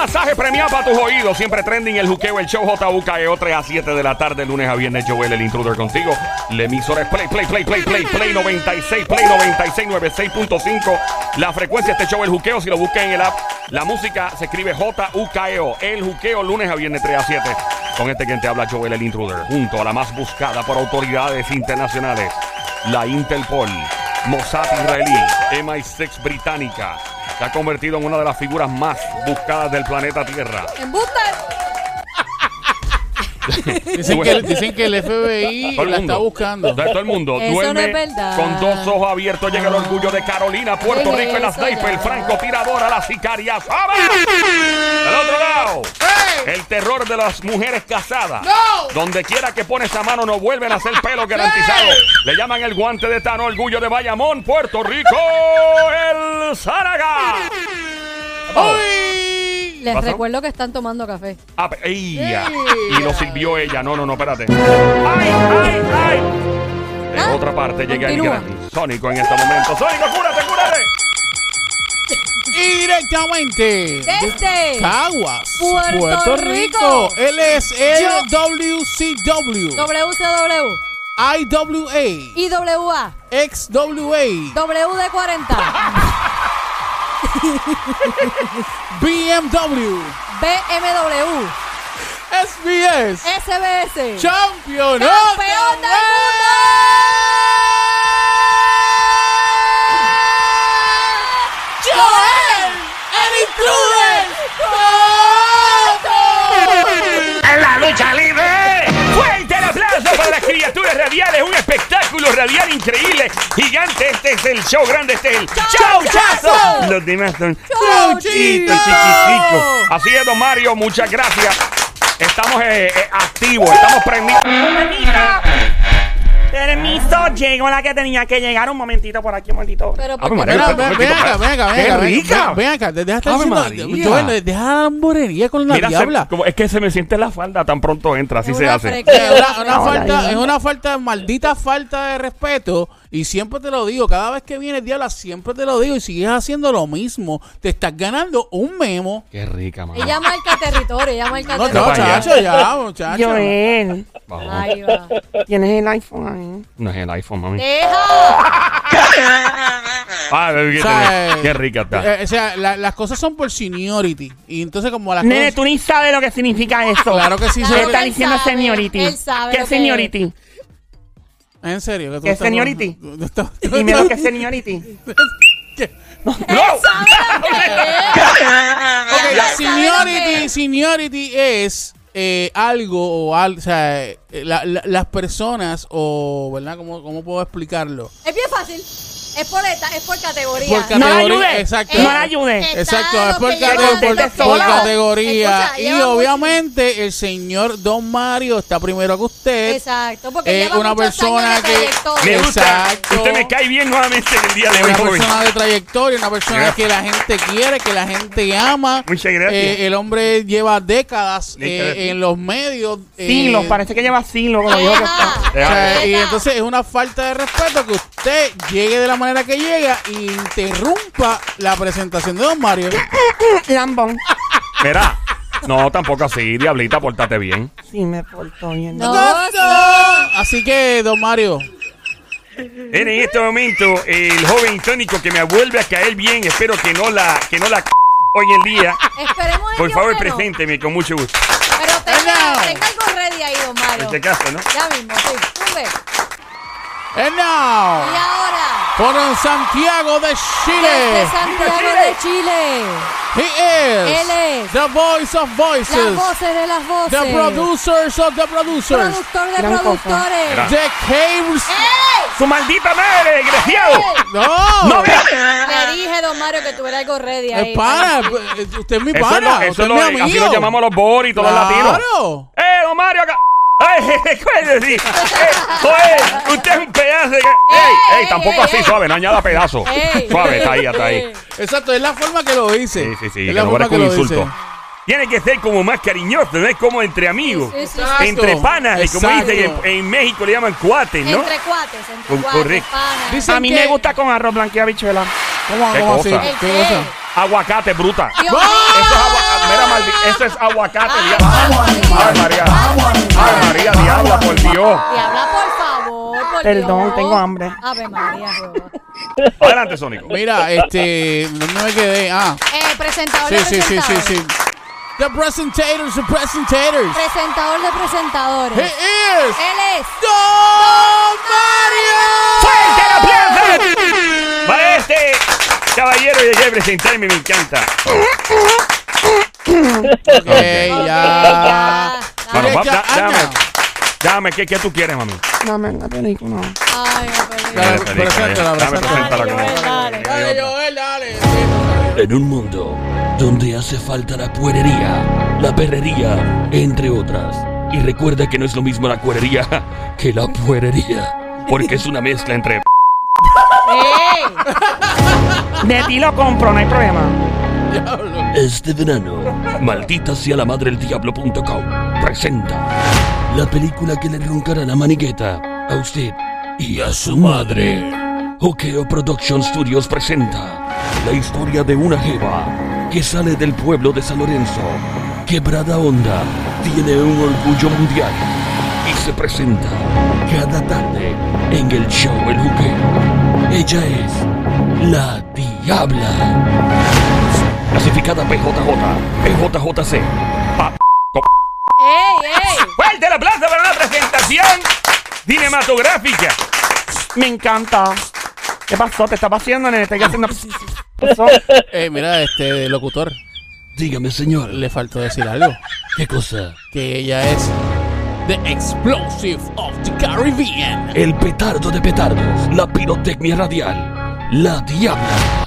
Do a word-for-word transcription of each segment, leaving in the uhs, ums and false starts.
masaje premiado para tus oídos. Siempre trending el juqueo, el show J U K E O, tres a siete de la tarde, lunes a viernes. Joel, el intruder contigo. La emisora es Play, Play, Play, Play, Play, Play noventa y seis, Play noventa y seis, noventa y seis punto cinco. La frecuencia de este show, el juqueo, si lo buscas en el app, la música se escribe J U K E O. El juqueo, lunes a viernes, tres a siete. Con este quien te habla, Joel, el intruder. Junto a la más buscada por autoridades internacionales, la Interpol, Mossad israelí, M I seis británica. Se ha convertido en una de las figuras más buscadas del planeta Tierra. ¡Embuste! Dicen que, dicen que el F B I la está buscando. Todo el mundo Eso duerme no es verdad. con dos ojos abiertos. Llega el orgullo de Carolina, Puerto Oye, Rico, en la eso sniper, ya. el francotiradora, la sicaria. ¡Sabe! Del otro lado, ¡Hey! el terror de las mujeres casadas. ¡No! Donde quiera que pone esa mano no vuelven a hacer pelo garantizado. Le llaman el guante de Tano, orgullo de Bayamón, Puerto Rico, el Zaraga. ¡Uy! Les ¿Pasó? recuerdo que están tomando café. Ah, pe- ella. Ey. Y lo sirvió ella. No, no, no, espérate. ¡Ay, ay, ay! En Ah, otra parte llega el continúa. gran Sónico en este momento. ¡Sónico, cúrate, cúrate! Y directamente Desde Caguas, Puerto Puerto Rico. Rico. Él es el Yo- W C W, W C W, I W A, I W A, X W A, W D cuarenta, B M W, B M W, S B S, S B S. Campeón ¡Campeón del Joel, el intruder. ¡En la lucha libre! ¡Fuerte el aplauso para las criaturas radiales! ¡Un espectáculo radial increíble! ¡Gigante! Este es el show grande, este es el ¡Chauchazo! ¡Chauchazo! Los demás son ¡Chauchito! chiquitos, chiquiticos. Así es, don Mario, muchas gracias. Estamos eh, eh, activos, estamos prendidos. Permiso, llegó la que tenía que llegar. Un momentito por aquí, un momentito. Pero Ave porque María, Ven, Pero, ven, pero, ven acá, ven acá, ven ¡Qué acá, ven- rica! ven- ven acá, deja de estar Ave haciendo, María. Joel, deja la lambonería con la Mira, se- diabla. como, es que se me siente la falda tan pronto entra, así Es se una hace. freca. Es una, una Ahora falta, ya. es una falta, maldita falta de respeto. Y siempre te lo digo, cada vez que viene el diablo, siempre te lo digo. Y sigues haciendo lo mismo, te estás ganando un memo. Qué rica, mamá. ella marca territorio, ella marca No, territorio. para allá. muchacho, ya, muchacho. Joel, Vamos. Ahí va. tienes el iPhone ahí. No es el iPhone, mami. ¡Deja! Ah, qué, O sea, qué rica está. eh, o sea, la- las cosas son por seniority. Y entonces, como las Nene, cosas. tú ni sabes lo que significa eso. Claro que sí, Claro ¿Qué sé- está él diciendo sabe, seniority? él sabe ¿Qué lo es que seniority? En serio. Que tú ¿Qué es estás- seniority? tú estás- tú Dime lo estás- que es seniority. ¿Qué? ¡No! ¡Él sabe lo que es! Ok, Ella sabe seniority, lo que es. seniority es eh, algo o al, o sea, eh, la- la- las personas o, ¿verdad? ¿Cómo, cómo puedo explicarlo? Es bien fácil. Es por, eta- es por categoría. Por No la categoría, ayude. exacto. No la ayude. Está Exacto, es los por, que cate- llevan por- los por solos. categoría. Escucha, Y llevan mucho- obviamente el señor Don Mario está primero que usted. Exacto, porque Eh, lleva una muchos persona años de que- trayectoria. Me gusta. Exacto. Usted me cae bien nuevamente en el día de Una hoy. persona de trayectoria, una persona Gracias. que la gente quiere, que la gente ama. Muchas gracias. Eh, el hombre lleva décadas eh, Décadas. en los medios. eh, Siglos, parece que lleva siglos con lo viejo que está. Deja, O sea, deja. y entonces es una falta de respeto que usted llegue de la manera que llega e interrumpa la presentación de Don Mario. Lambón. Mira, no, tampoco así, diablita, pórtate bien. Sí, me portó bien. No. Así que, Don Mario, En este momento, el joven tónico que me vuelve a caer bien, espero que no la, que no la c hoy en día. Esperemos en Por Dios favor, que no. presénteme con mucho gusto. Pero tenga, Hello. tenga algo ready ahí, don Mario. En este caso, ¿no? Ya mismo, sí. Sube. and Y now, ahora, por Santiago de desde Chile, Santiago de Chile, he is Él es the voice of las voices, voces de las voces. the producers of the producers, Productor de Gran cosa. productores. Mira. the caves. ¡Ey! ¡Su maldita madre, desgraciado! No, ¡No vea! Le dije, don Mario, que tuviera algo ready ahí. es para, eh, usted es mi Eso es pana, lo, eso usted es es lo, mi así amigo. lo llamamos los boris, todos los latinos. Claro. ¡Eh, don Mario! Acá. ¡Ay, ¿qué decir? Eh, joder, usted es un pedazo de... ¡Ey, ey! ey, Tampoco ey, así, ey. suave, no añada pedazos. Ey. Suave, está ahí, está ahí. Exacto, es la forma que lo dice. Sí, sí, sí, Es que la no forma parezca un lo insulto. dice. Tiene que ser como más cariñoso, no es como entre amigos. Sí, sí, sí. Exacto. Entre panas, y como Exacto. dicen en, en México le llaman cuates, ¿no? Entre cuates, entre Con- cuates, correcto. panas. Dice- A mí que- me gusta con arroz blanco y habichuela. ¿Cómo, ¿Qué cómo cosa? así? ¿El ¿Qué qué? cosa? Aguacate, bruta. Dios ¡Wow! mío. Eso es, agua- mira, maldi- eso es aguacate, Ay, diabla. Ay, María. Ay, María, diabla, por Dios. Diabla, por favor, por Perdón, Dios. tengo hambre. Ave María, Jehová. Adelante, Sónico. Mira, este, ¿dónde me quedé? Ah, Eh, presentador sí, de sí, sí, sí, presentadores. sí. The presentators, the presentators. Presentador de presentadores. He is Él es. Don Mario. ¡Fuerte el aplauso! Para este caballero de que presentarme, me encanta. Ok, ya. Bueno, va- Ya, da- Ana. dame, dame, ¿qué, ¿qué tú quieres, mami? Dame la película. Ay, me perdí. Dale, Dame, preséntala, dame, preséntala. preséntala como- Dale, dale, Dale, Joel, dale. En un mundo donde hace falta la puerería, la perrería, entre otras. Y recuerda que no es lo mismo la cuerería que la puerería, porque es una mezcla entre... ¡Ey! De ti lo compro, no hay problema. Diablo. Este verano, maldita sea la madre el diablo punto com presenta la película que le roncará la manigueta a usted y a su madre. Okeo Production Studios presenta la historia de una jeva que sale del pueblo de San Lorenzo. Quebrada Honda tiene un orgullo mundial y se presenta cada tarde en el show El Juqueo. Ella es la Diabla. Clasificada P J J, P J J C. Pa- ¡Ey, ey! ¡Fuerte el aplauso para una presentación cinematográfica! Me encanta. ¿Qué pasó? ¿Te está pasando, nene? ¿Te estás haciendo? ¿Qué pasó? Eh, mira, este locutor, Dígame, señor, le faltó decir algo. ¿qué cosa? Que ella es The Explosive of the Caribbean. El petardo de petardos, la pirotecnia radial, la Diabla.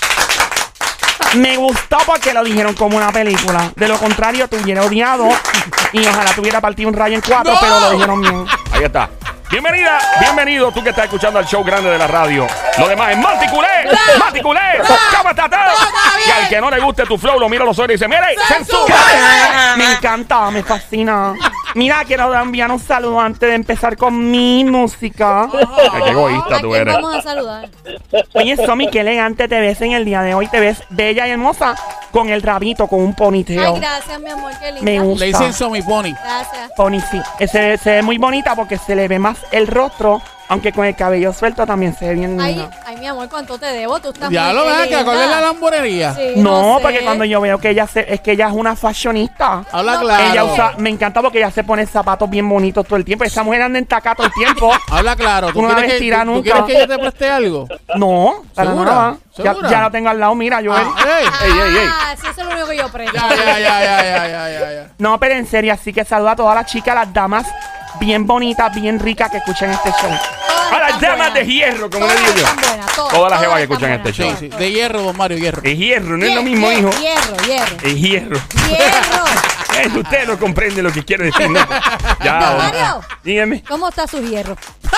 Me gustó porque lo dijeron como una película. De lo contrario, te hubiera odiado y ojalá tuviera partido un rayo en cuatro, ¡No! pero lo dijeron bien. Ahí está. Bienvenida, bienvenido tú que estás escuchando al show grande de la radio. Lo demás es Manticulé, Manticulé, ¿cómo está todo? Y al que no le guste tu flow, lo mira a los ojos y dice, mire, censura. Me encanta, me fascina. Mira, quiero enviar un saludo antes de empezar con mi música. Ay, qué egoísta ¿A tú quién eres. vamos a saludar? Oye, Somi, qué elegante te ves en el día de hoy. Te ves bella y hermosa con el rabito, con un Ay, ponytail. gracias, mi amor, qué linda. Me gusta. Le dicen Somi Pony. Gracias. Pony, sí. Se, se ve muy bonita porque se le ve más el rostro, aunque con el cabello suelto también se ve bien Ay, linda. ay, mi amor, ¿cuánto te debo? Tú estás Ya muy lo ves, que linda. ¿cuál es la lambonería? Sí, No, sé. porque cuando yo veo que ella se, es que ella es una fashionista. Habla No, claro. Ella usa, me encanta porque ella se pone zapatos bien bonitos todo el tiempo. Esa mujer anda en taca todo el tiempo. Habla claro. ¿Tú, Una quieres que, vestida tú- tú nunca. quieres que yo te preste algo? No, para ¿Segura? nada. Ya, ¿Segura? ya lo tengo al lado, mira, Joel. Ah, ey. Ey, ey, ey. Ah, sí, eso es lo único que yo aprendo. Ya, ya, ya, ya, ya, ya, ya, ya. No, pero en serio, así que saluda a todas las chicas, las damas bien bonitas, bien ricas que escuchan este show. A las damas de hierro, como le digo yo. Todas las jevas que escuchan este show. Sí, sí. De hierro, don Mario, hierro. Es hierro, no es lo mismo, Hier- hijo. Hierro, hierro. Es hierro. Hierro. Eh, usted no comprende lo que quiere decir, ¿no? Ya, Don hombre. Mario. Dígame. ¿Cómo está su hierro?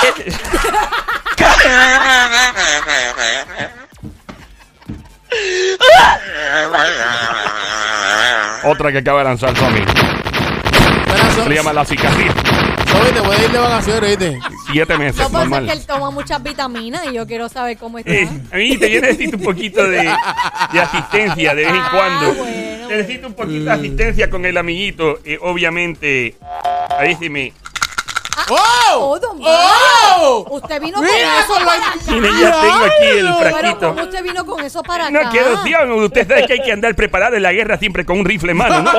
Otra que acaba de lanzar Tommy. Espera, Se so- le llama la cicatriz. Soy, te voy a ir de vacaciones, ¿viste? Siete meses, No, pasa normal. que él toma muchas vitaminas y yo quiero saber cómo está. Eh, a mí te yo necesito un poquito de, de asistencia de vez en Ah, cuando. bueno, Necesito un poquito de asistencia con el amiguito. Eh, obviamente, a veces me... ¡Oh! Oh, don Mario. ¡Oh! Usted vino Mira, con eso con la- para acá. Mire, ya tengo aquí el Diablo. Pero frasquito. ¿cómo usted vino con eso para acá? No quiero opción. Usted sabe que hay que andar preparado en la guerra siempre con un rifle en mano, ¿no?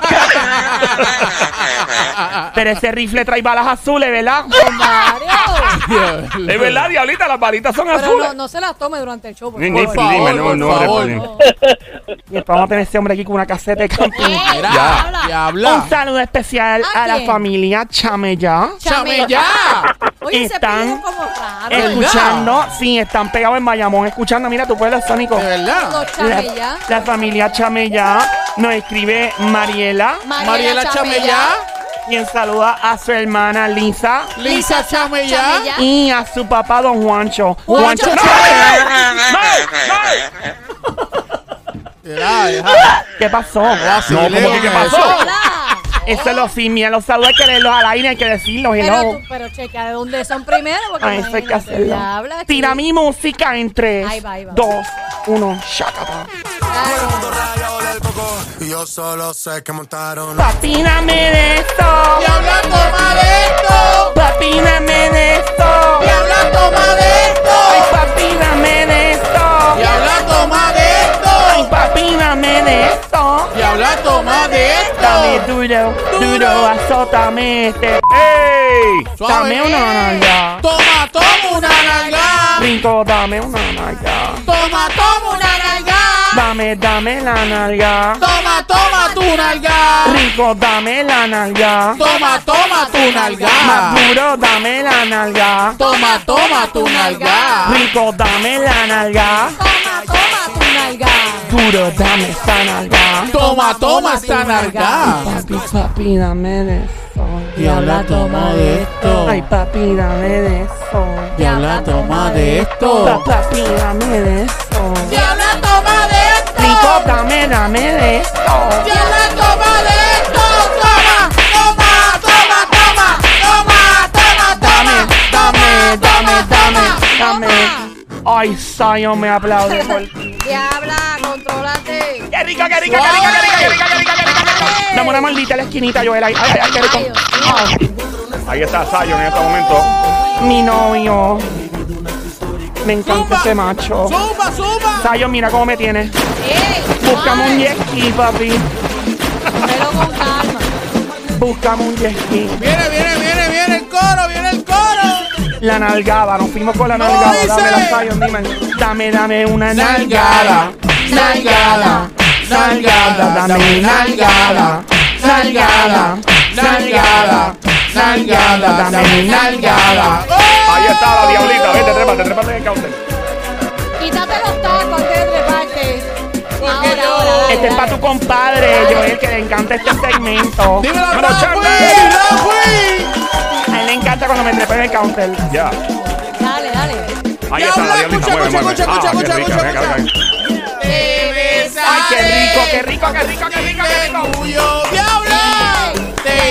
Pero ese rifle trae balas azules, ¿verdad? Don Mario. Diablo. Es verdad, diablita, las balitas son Pero azules. no, no se las tome durante el show, por Ni- ni- favor. Por dime, favor, no, por no, favor. dime. No. Y después vamos a tener ese hombre aquí con una caseta de camping. Ey, Mira, Ya. habla. diabla. Un saludo especial ¿A a la quién? familia Chamella. ¡Chame ya! Oye, ese Están pedido como raro. ¿verdad? Escuchando, sí, están pegados en Bayamón, escuchando, mira, tu pueblo sónico. ¿De verdad? Los La, Chamella. la familia Chamella nos escribe Mariela, Mariela Chamellá, quien saluda a su hermana Lisa Lisa Chamellá. y a su papá Don Juancho. Juancho ¡No! Chamellá. Deja, deja. ¿Qué pasó? No, ¿cómo que qué pasó? Hola. Eso lo sí, mira, los saludos hay que leerlos al aire, hay que decirlos, Pero, hello. tú, pero checa de dónde son primero, porque Ay, eso hay que imagínate, hacerlo. ya habla, Tira chico. mi música en tres, Ahí va, ahí va. dos, uno, shakata. Y yo solo sé que montaron. Papi, dame de esto. Diabla, toma de esto. Papi, dame de esto. Diabla, toma de Ay, esto. papi, dame de esto. Diabla, toma de Ay, esto. papi, dame de esto. Diabla, toma de Dame esto. duro, duro, Duro. azótame este. ¡Ey! Suave. Dame una nalga. Toma, toma una nalga. Rico, dame una nalga. Toma, toma una nalga. Dame, dame la nalga. Toma, toma tu nalga. Rico, dame la nalga. Toma, toma tu nalga. Más duro, dame la nalga. Toma, toma tu nalga. Rico, dame la nalga. Toma, toma tu nalga. Duro, dame esta nalga. Toma, toma esta nalga. Papi, papi, dame de eso. Diabla, toma de esto. Ay, papi, dame de eso. Diabla, toma de Pa- esto. Papi, dame de eso. Diabla, toma de esto. Rico, dame, dame de esto. Diabla, toma de esto. Toma, toma, toma, toma, toma, toma, Dame, dame, dame, dame, dame. Toma. Ay, Zion me aplaude por ti. Diabla, contrólate. ¡Qué rico, qué rico, qué rico, qué rico, qué rico, qué rico, qué rico, qué rico! Dame una maldita en la esquinita, Joel. Ay, ay, ay, qué rico. Ay, Ah, Ahí está Zion en este momento. mi novio. Me encanta Zumba. ese macho. Zumba, zumba. Zion, mira cómo me tiene. Ey, Búscame un suave. jet ski, papi. Cógelo con calma. Búscame un jet ski. Viene, viene, viene, viene el coro, viene el coro. La nalgada, nos fuimos con la No nalgada. hice. Dame la Zion, dime. Dame, dame una Nalgada, nalgada. nalgada, Nalgada, dame nalgada. Nalgada, nalgada. nalgada, dame nalgada. Ahí está la diablita. Vete, trépate, trépate en el counter. Quítate los tacos antes de treparte. Porque Ahora, yo- ahora, dale, Este es para tu compadre, Joel, que le encanta este segmento. Dímelo, Vámonos, Rafi, Charlie. Rafi. A él le encanta cuando me trepo en el counter. Ya. Dale, dale. Ahí Ya está habla, la diablita. escucha, Mueve, escucha, mueve. escucha, Ah, escucha, qué rica, escucha, venga, escucha. venga. Te besaré. Ay, qué rico, qué rico, qué rico, qué rico, qué rico. Tuyo, diabla. Te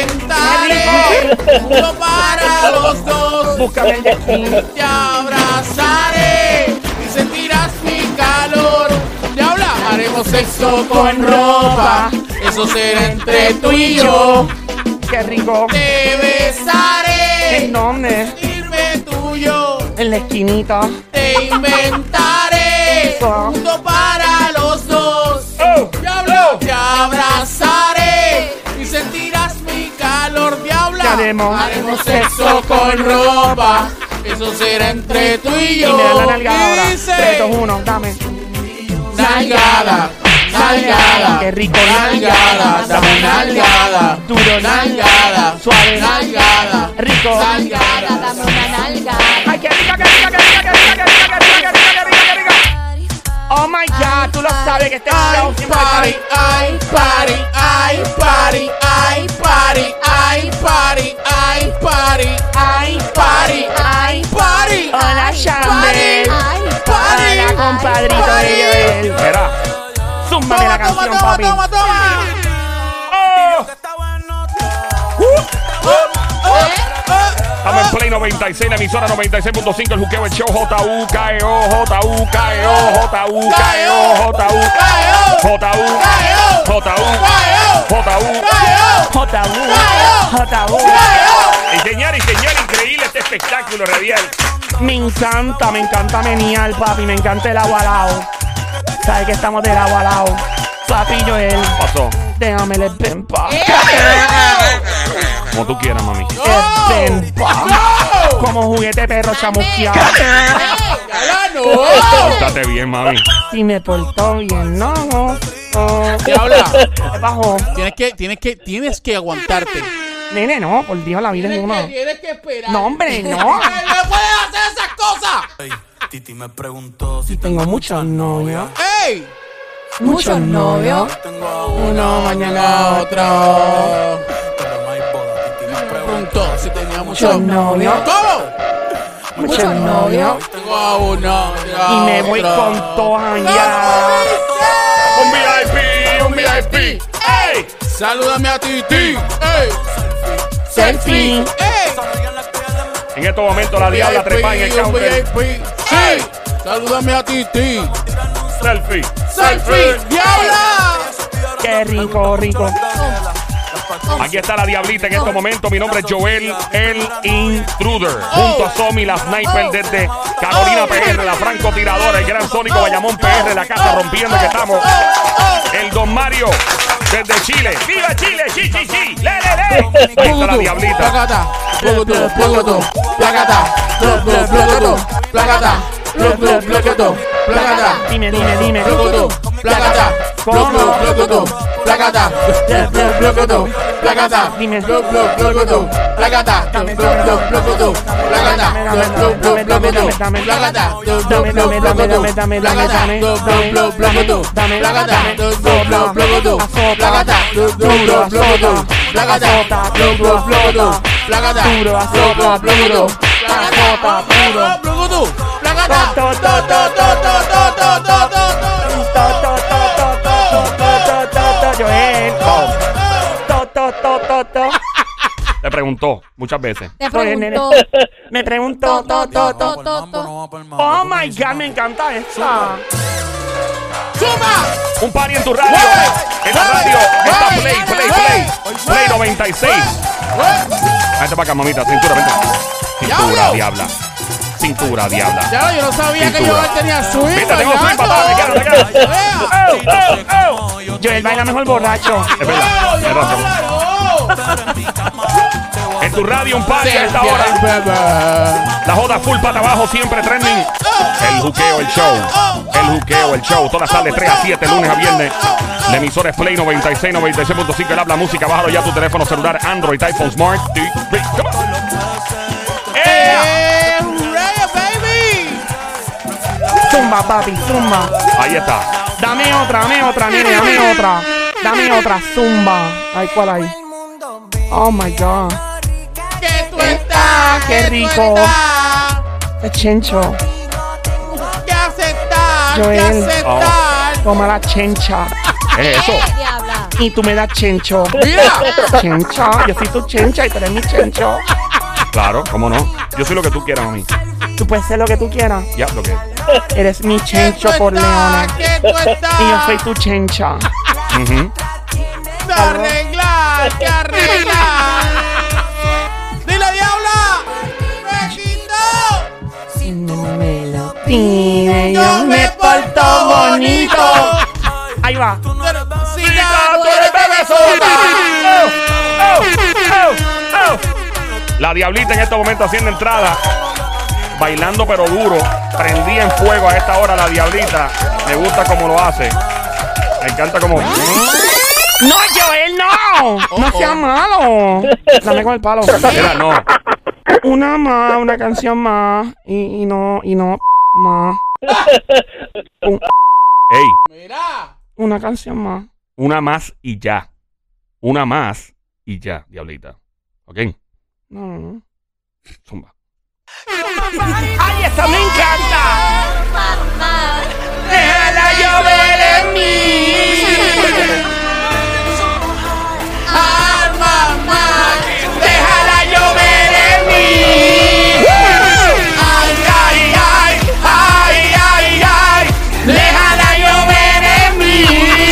inventaré uno para los dos. Búscame el jet ski. Te abrazaré y sentirás mi calor. Diabla, haremos sexo con ropa. Eso será entre tú y yo. Qué rico. Te besaré. ¿En dónde? Irme tuyo. En la esquinita. Te inventaré mundo para los dos. Oh, Diablo, te abrazaré y sentirás mi calor, diabla. ¿Qué haremos? Haremos sexo con ropa. Eso será entre tú y yo. Y me da la nalgada ahora. Dice, tres, dos, uno, dame. nalgada, nalgada. Qué rico, nalgada, dame nalgada. Duro, Nalgada, suave, nalgada, rico. Nalgada, dame una nalga. Ay, qué rica, qué rica, qué rica, qué rica, qué rica, qué rica, qué rica, qué rica, qué rica. Oh my God, tú lo sabes que este show Ay, siempre está party, ahí. ay, party, ay, party, ay, party, ay, party, ay, party, ay, party, ay, party. Hola, Chamber. Ay, Hola, compadrito de Joel. Espera. Zúmbame la Toma, toma, canción, toma, papi. toma, toma. Oh, Oh, estamos en Play noventa y seis, la emisora noventa y seis punto cinco, el juqueo, el show J U K E O, J U K E O, J U K E O, J U J U J U J U J U, J U. Y señor y señor, increíble este espectáculo radial. Me encanta, me encanta menear, papi. Me encanta el agualao. Sabes que estamos del agualao. Papi Joel, Pasó. déjame el pempa. Como tú quieras, mami. El pempa. Como juguete perro chamusqueado. Diabla, no. Pórtate bien, mami. Si me portó bien, no. Oh. Diabla, ¿Qué bajó? tienes que, tienes que, tienes que aguantarte. Nene, no, por Dios, la vida es Tienes una. que, tienes que esperar. No, hombre, no. Ay, no puedes hacer esas cosas. Titi me preguntó si Tengo muchos novios. ¡Ey! Muchos novios. tengo a Uno, mañana otro. pero no hay boda. Titi me preguntó Preguntó si tenía muchos Muchos novios. ¿Cómo? Muchos novios. Tengo a uno. tengo a Y me voy otro. con todas ¡No, ya. Un V I P, un V I P. ¡Ey! Salúdame a Titi. ¡Ey! Selfie. ¡Ey! En estos momentos la diabla trepa en el V I P, counter. V I P. ¡Sí! Salúdame a Titi. selfie. Selfie. ¡Diabla! Qué rico, rico. Aquí está la diablita en estos momentos. Mi nombre es Joel, el Intruder. Junto a Somi, la sniper desde Carolina P R, la francotiradora, el gran Sónico Bayamón P R, la casa rompiendo que estamos. El Don Mario desde Chile. ¡Viva Chile! ¡Sí, sí, sí! ¡Le, le, le! Ahí está la diablita. Placata. Placata. Placata. Placata. Placata. Placata. Placata. Dime, dime, dime. Placata. ¿Cómo? Placata. Placata. Placata. Dime. Placata. Joel. To, to, to, to, to. Le preguntó muchas veces. Te Soy el nene. pregunto. Me preguntó. To, to, to, to, Por to, mambo, no to. va por mambo. Oh my God, me encanta esta. ¡Suma! Un party en tu radio. En la radio está Play, Play, Play. Play noventa y seis. Vente para acá, mamita. Cintura, vente. Cintura, Diablo. diabla. Cintura, diabla. Ya, yo no sabía que Cintura. yo tenía swing. Viste, tengo swing, bailando. papá. Me quedo, me quedo. Oh, oh, oh. Joel baila mejor borracho. Es verdad. Es razón. En tu radio, un party a esta hora. La joda full para abajo, siempre trending. El juqueo, el show. El juqueo, el show. Todas las tardes, tres a siete, lunes a viernes. La emisora es Play noventa y seis, noventa y seis punto cinco. Él habla música. Bájalo ya tu teléfono celular, Android, iPhone, Smart. T V. Come on. ¡Eh! ¡Eh, hurray, baby! Zumba, papi, zumba. Ahí está. Dame otra, dame otra, nene, dame otra. Dame otra, zumba. Ay, ¿cuál hay? Oh my God. ¡Que tú estás! Qué que tú rico. estás, Es chencho. ¡Que aceptar! ¡Que Joel. aceptar! Toma la chencha. ¿Es eso? Eh, diabla. Y tú me das chencho. ¡Mira! Chencha. Yo soy tu chencha y tú eres mi chencho. Claro, cómo no. Yo soy lo que tú quieras, mami. Tú puedes ser lo que tú quieras. Ya, lo que. Eres mi ¡Que chencho tú por estás, leones. que tú estás! Y yo soy tu chencha. Ujú. ¡Que arreglar! ¡Que arreglar! ¡Dile, diabla! ¡Me quitó! Si no me lo pide, yo me porto bonito. Ahí va. Si ya tú eres La diablita en este momento haciendo entrada. Bailando pero duro. Prendí en fuego a esta hora la diablita. Me gusta cómo lo hace. Me encanta cómo. No, Joel, no. No seas malo. Dame con el palo. Mira, no. Una más, una canción más. Y, y no, y no más. Un- Ey, ¡Mira! una canción más. una más y ya. Una más y ya, diablita. ¿Ok? No, no, no. Zumba. ¡Ay, esta me encanta! Mamá. ¡Déjala llover en mí! ¡Ay, mamá! ¡Déjala llover en mí! ¡Ay, ay, ay! ¡Ay, ay, ay! ¡Déjala llover en mí!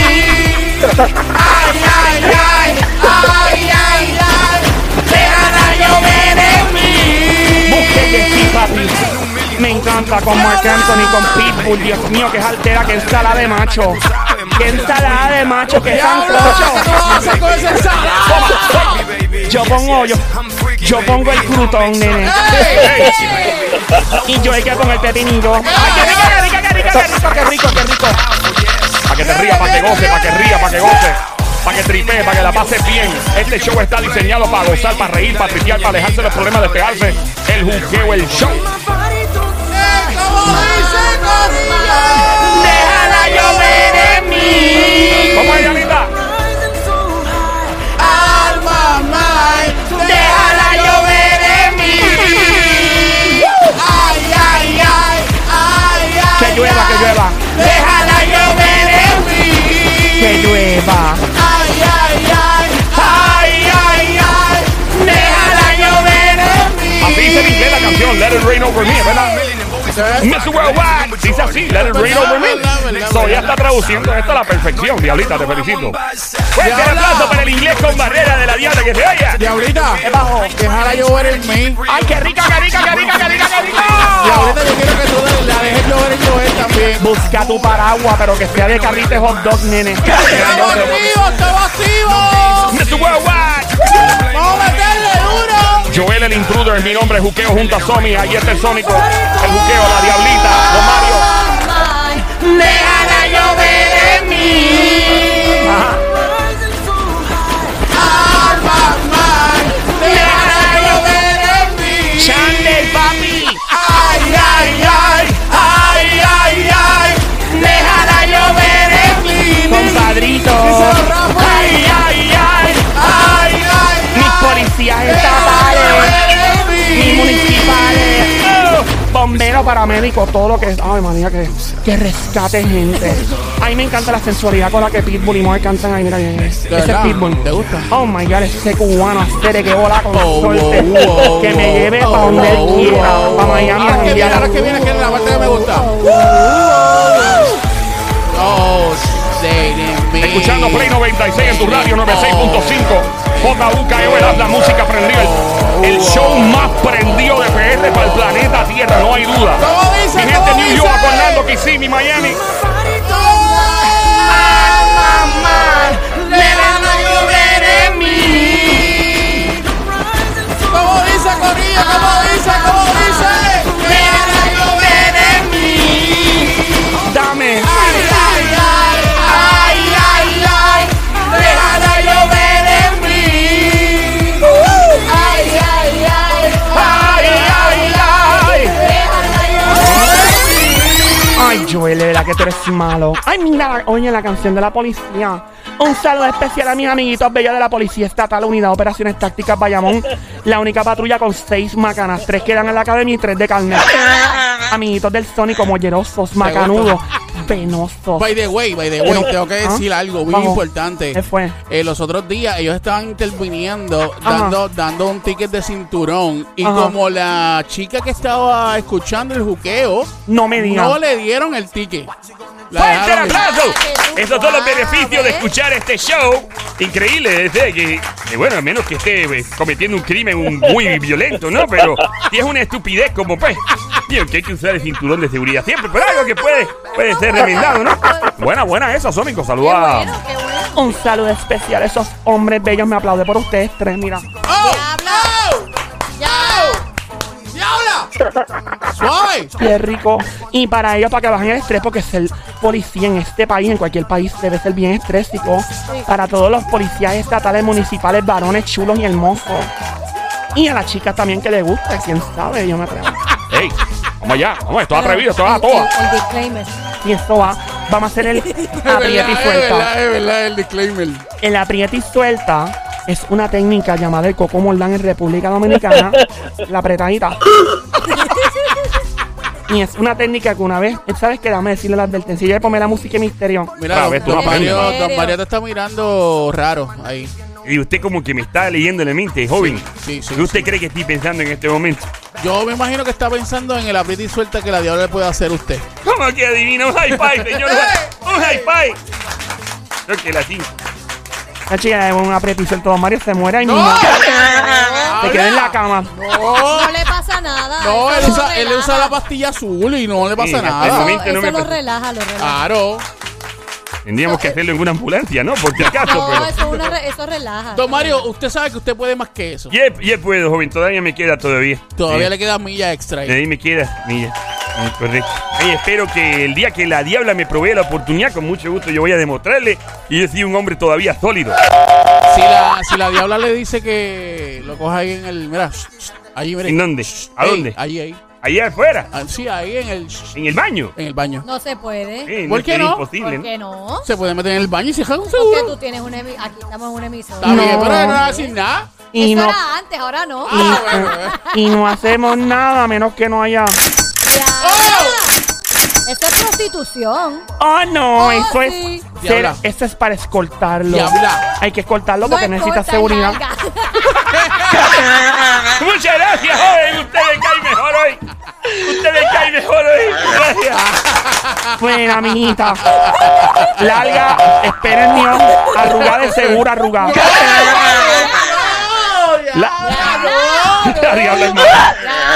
¡Ay, ay, ay! ¡Ay, ay, ay! ¡Déjala llover en mí! Busque que sí, papi. Me encanta con Marc Anthony, con Pitbull. Dios mío, que es altera, que ensalada de macho. Que ensalada de macho, que ¡Diablo! sancocho. ¿Qué tú vas a hacer con esa ensalada? Yo pongo, yo, yo pongo el crutón, nene. Y yo hay que con el pepinillo. ¡Ay, qué rico, qué rico, qué rico, qué rico, qué rico, qué rico! Para que te rías, para que goce, para que ría, para que goce. Para que tripee, para que la pases bien. Este show está diseñado para gozar, para reír, para tripear, para dejarse los problemas despejarse. El juqueo, el show. ¿Cómo dice Corilla? ¡Déjala llover en mí! ¿Cómo es, diablita? ¡Alma, mamá! ¡Déjala llover en mí! ¡Ay, ay, ay! ¡Ay, ay! ¡Que llueva, que llueva! ¡Déjala llover en mí! ¡Que llueva! ¡Ay, ay, ay! ¡Ay, ay, ay! ¡Déjala llover en mí! Así dice en inglés la canción, Let It Rain Over Me, ¿verdad? Miss Worldwide. Dice así, let it rain over me. So, ya está traduciendo esto a la perfección, Diablita, te felicito. Fuerte el aplauso para el inglés con barrera de la Diabla que se oye. Diablita, ¿Qué bajo? déjala llover en mí. ¡Ay, qué rica, qué rica, qué rica, qué rica, qué rica! Diablita, yo quiero que tú la dejes llover en Joel también. Busca tu paraguas, pero que sea de carrito de hot dog, nene. ¡Estamos activos, estamos activos! Miss Worldwide. ¡Vamos a meterle duro! Joel el intruder, mi nombre es Juqueo junto a Somi. Ahí está el Sónico, el Juqueo, la Diablita, Don Mario. Déjala llover en mí. Ajá. ¡Alma mal! ¡Déjala llover en mí! Chandel, papi. ¡Ay, ay, ay! ¡Ay, ay, ay! Déjala llover en mí. Compadrito. Díselo, Rafa. Ay, ay, ay. ¡Ay, ay! Mis policías estatales. Mis municipales. Oh, bomberos, paramédicos, todo lo que es. Ay, manía, que, que rescate gente. A mí me encanta la sensualidad con la que Pitbull y Moe cantan ahí. Mira, mira, ese es verdad? Pitbull. ¿Te gusta? Oh my god, ese cubano, ese que bola con Oh, suerte. wow, wow, que me wow, lleve wow, para donde él wow, quiera. wow, Para wow. Miami. Ahora a que viene, janguear. ahora que viene, que es la parte que me gusta. Oh, dating me. Escuchando Play noventa y seis en tu radio noventa y seis punto cinco. J U K E O, la música prendió. El, el show más prendido de P R para el planeta Tierra, no hay duda. ¿Cómo dice? Mi gente ¿Cómo New dice? York, Orlando, Kissimmee, Miami. Déjala llover en mí. ¿Cómo dice, Corillo? ¿Cómo dice? ¿Cómo dice? Déjala llover en mí. Dame. Ay, ay, ay, ay, ay, ay. Déjala llover en mí. Ay, ay, ay, ay, ay, ay. Déjala llover en mí. Ay, Joel, de verdad que tú eres malo. Ay, mira, oye, la canción de la policía. Un saludo especial a mis amiguitos bellos de la Policía Estatal, Unidad de Operaciones Tácticas Bayamón. La única patrulla con seis macanas, tres que dan en la academia y tres de carne. Amiguitos del Sónico, mollerosos, macanudos, venosos. By the way, by the way, Bueno, tengo que ¿ah? decir algo muy Vamos. importante. ¿Qué fue? Eh, los otros días ellos estaban interviniendo, Ajá. dando, dando un ticket de cinturón. Y Ajá. como la chica que estaba escuchando el juqueo, No me digas. no le dieron el ticket. La ¡Fuerte el dejaron ir. aplauso! qué Esos son los guau, beneficios de ¿ves? escuchar este show. Increíble, es de que, que, bueno, a menos que esté eh, cometiendo un crimen un- muy violento, ¿no? Pero si es una estupidez como pues, tío, que hay que usar el cinturón de seguridad siempre, pero algo que puede, puede ser remendado, ¿no? Buena, buena esa, Sónico, Qué saluda. bueno, qué bueno. Un saludo especial a esos hombres bellos. Me aplaude por ustedes tres, mira. ¡Oh! Diabla. Ya. ¡Diabla! ¡Suave! Qué rico. Y para ellos, para que bajen el estrés, porque ser policía en este país, en cualquier país, debe ser bien estrésico. Para todos los policías estatales, municipales, varones chulos y hermosos. Y a las chicas también que les gusta, quién sabe, yo me atrevo. ¡Ey! Vamos allá, vamos, esto es atrevido, esto es a El- toa. el- El disclaimer. Y esto va, vamos a hacer el aprieta y Es suelta. verdad, es verdad, el disclaimer. El aprieta y suelta es una técnica llamada el coco mordán en República Dominicana. La apretadita. Y es una técnica que una vez, ¿sabes qué? Dame decirle la advertencia. Yo le pongo la música de misterio. Mira, Ah, don, ves, tú don no Mario, aprendes. don Mario te está mirando raro ahí. Y usted como que me está leyendo en la mente, joven. sí, sí, ¿Qué usted cree que estoy pensando en este momento? Yo me imagino que está pensando en el aprieta y suelta que la diabla le puede hacer a usted. ¿Cómo que adivina? Un high five, señor. Un high five. Creo que la cinco. La chica de un aprieta y suelta. Don Mario se muere ahí ¡No! mismo. ¡Habla! Se queda en la cama. No, No le pasa nada. no, eso él lo usa, él relaja. usa la pastilla azul y no le pasa Sí, hasta el nada. Eso, momento no eso me lo pasa. relaja, lo relaja. Claro. Tendríamos que hacerlo en una ambulancia, ¿no? Por si acaso, No, pero... eso, es una re- eso relaja. Don Mario, usted sabe que usted puede más que eso. Ya, ya puedo, joven. Todavía me queda todavía. Todavía Sí. le queda milla extra De ahí. ahí me queda, milla. Mm, correcto. Oye, espero que el día que la diabla me provee la oportunidad, con mucho gusto yo voy a demostrarle y yo soy un hombre todavía sólido. Si la, si la diabla le dice que lo coja ahí en el... Mira, ahí, mire. ¿En dónde? ¿A Ahí, dónde? Ahí, ahí. Allá afuera, Ah, sí, ahí en el... en el baño. En el baño. No se puede. Sí, ¿Por no, qué sería no? imposible, ¿Por qué no? Se puede meter en el baño y se deja un Porque seguro. tú tienes un emi- aquí estamos en un emisor. Está bien, No. pero él no va a decir nada. Y Eso no, era antes, ahora no. Ah, bueno, bueno. y no hacemos nada a menos que no haya. Diabla. Eso es prostitución. Oh, no, Oh, eso es. sí. ser- Diabla. eso es para escoltarlo. Diabla. Hay que escoltarlo No porque necesita importa, seguridad. larga. Muchas gracias, joven. Usted me cae mejor hoy. Usted me cae mejor hoy. Gracias. Buena, amiguita. Larga, espera el mío. Arrugada de segura, arrugada. La, la diabla es mala.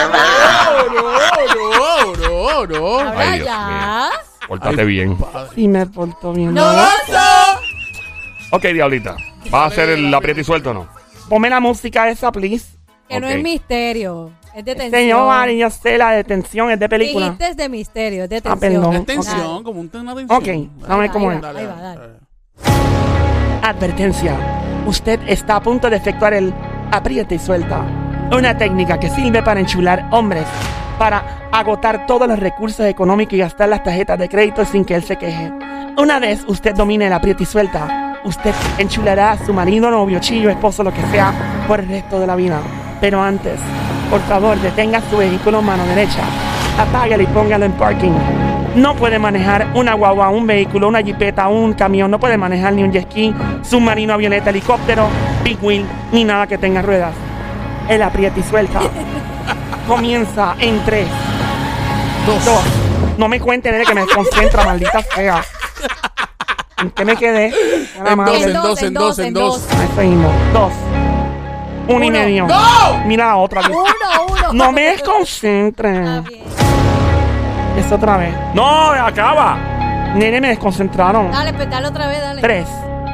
No, no, no, no. Ahora Ay, Dios ya. Pórtate bien. Sí me porto bien. No, no. Ok, diablita. ¿Vas a hacer el aprieta y suelto o no? Ponme la música esa, please. Que no Ok. es misterio. Es detención. Señor, Mari, yo sé, la detención es de película. Dijiste es de misterio, es Ah, detención. perdón. Es tensión, como un tema de tensión. Ok, dame Ahí cómo va, es. Dale, ahí va, dale, dale. dale. Advertencia. Usted está a punto de efectuar el aprieta y suelta. Una técnica que sirve para enchular hombres, para agotar todos los recursos económicos y gastar las tarjetas de crédito sin que él se queje. Una vez usted domine el aprieta y suelta, usted enchulará a su marido, novio, chillo, esposo, lo que sea, por el resto de la vida. Pero antes, por favor, detenga su vehículo mano derecha, apáguelo y póngalo en parking. No puede manejar una guagua, un vehículo, una jipeta, un camión, no puede manejar ni un jet ski, submarino, avioneta, helicóptero, big wheel, ni nada que tenga ruedas. El aprieta y suelta comienza en tres, dos. No me cuente, nene, que me desconcentra, maldita sea. ¿En qué me quedé? Nada En más. dos, en dos, en dos, en dos. Ahí seguimos. Dos. Uno y Uno. medio. ¡No! Mira la otra. Uno, uno. No me Está desconcentre. bien. Es otra vez. ¡No! ¡Acaba! Nene, me desconcentraron. Dale, pues dale otra vez, dale. Tres.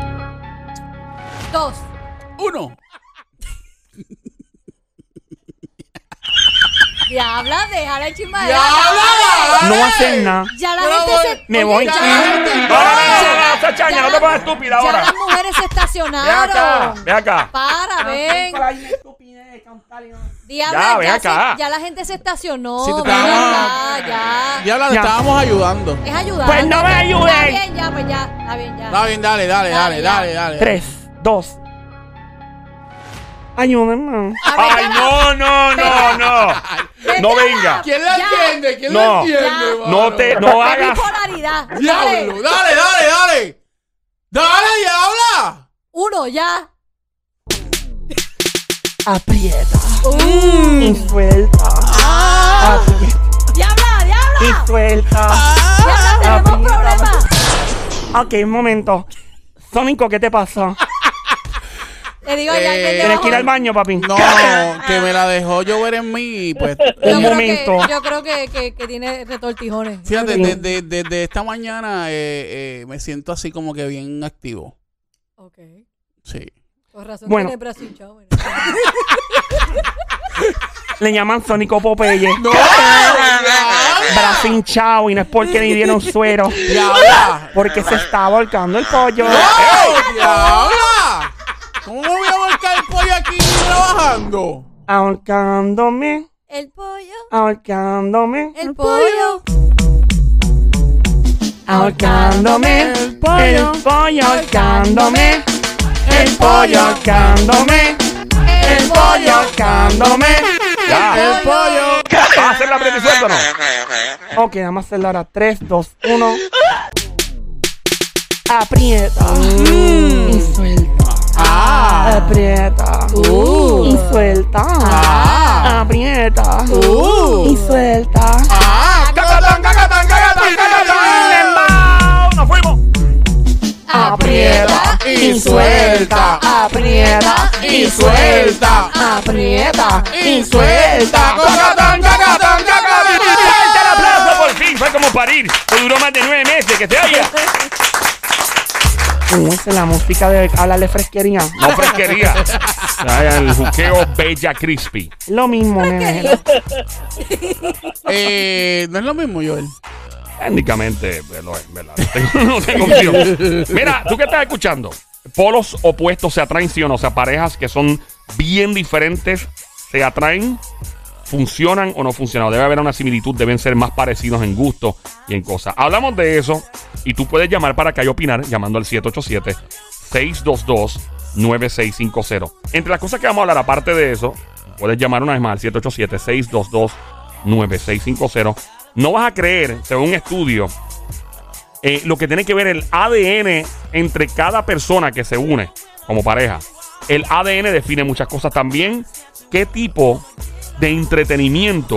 Dos. Uno. Diabla, déjala el chismadera. ¡Diabla! No hacer nada. Ya la Pero gente voy- se... Me Oye, voy. ya- Ya la gente- ¡No, no, no, no, esa chaña! ya ¡No te la- pongas estúpida Ya ahora! las mujeres se ¡Ve acá! estacionaron. ¡Ve acá! Para, ven. Diabla, Ya, ven ya, acá. se- ya la gente se estacionó. Sí, te ven estábamos- acá, ya. Ya la Ya. estábamos ayudando. Es ayudar. Pues no me ayuden. Está bien, ya, pues ya. Está bien, ya. Está bien, dale, dale, dale, Dale, ya. dale, dale. Tres. Dos. Ayúdenme. A ver, ¡Ay, ya no, no, no, no! Vete ¡No a la- venga! ¿Quién la Ya. entiende? ¿Quién No. la entiende, Ya. mano? No te, no Es hagas. bipolaridad. Dale. Diablo, dale, dale, dale. Dale, diabla. Uno, ya. Aprieta. Uh. Y suelta. Ah. Aprieta. Diabla, diabla. Y suelta. Diabla, tenemos Aprieta. problemas. Ok, un momento. Sónico, ¿qué te pasa? Te digo ya que Eh, el ¿Tienes que ir al debajo- baño, papi? No, que me la dejó llover en mí y pues... Yo Un creo momento. Que, yo creo que, que, que tiene retortijones. Fíjate, Sí. desde de, de esta mañana eh, eh, me siento así como que bien activo. Ok. Sí. Por razón Bueno. tiene brazo hinchado. Bueno. Le llaman Sónico Popeye. ¡No! Brazo hinchado y no es porque le dieron suero. ¡Diabla! Porque se está volcando el pollo. ¡Ey, diabla! ¿Cómo me voy a volcar el pollo aquí trabajando? Ahorcándome. El pollo. Ahorcándome. El pollo. Ahorcándome. El pollo. El pollo ahorcándome. El pollo ahorcándome. El pollo ahorcándome. Ya. El pollo. ¿Vas a hacer la aprieta y suelto o no? Ok, vamos a hacerlo ahora. tres, dos, uno. Aprieta. Y suelta. Ah. Aprieta. Uh. Y suelta. Ah. Aprieta. Uh. Y suelta. Ah. ¡Cacatán, cacatán, cacatán, cacatán! ¡Nos fuimos! Aprieta y suelta. Aprieta Y suelta. Aprieta Y suelta. ¡Cacatán, cacatán, cacatán! ¡Fuerte el aplauso! Por fin fue como parir. Que duró más de nueve meses. Que se oiga. Uh, esa es la música de hablarle fresquería. No fresquería. Ya, el juqueo Bella Crispy. Lo mismo, nene. Eh, no es lo mismo, Joel. Técnicamente, pues, lo es, ¿verdad? No tengo, no tengo opción. Mira, tú que estás escuchando, polos opuestos se atraen, sí o no. O sea, parejas que son bien diferentes se atraen, funcionan o no funcionan. Debe haber una similitud, deben ser más parecidos en gusto y en cosas. Hablamos de eso y tú puedes llamar para que haya opinar llamando al siete ocho siete, seis dos dos, nueve seis cinco cero. Entre las cosas que vamos a hablar, aparte de eso, puedes llamar una vez más al siete ocho siete, seis dos dos, nueve seis cinco cero. No vas a creer, según un estudio, eh, lo que tiene que ver el A D N entre cada persona que se une como pareja. El A D N define muchas cosas también. ¿Qué tipo de entretenimiento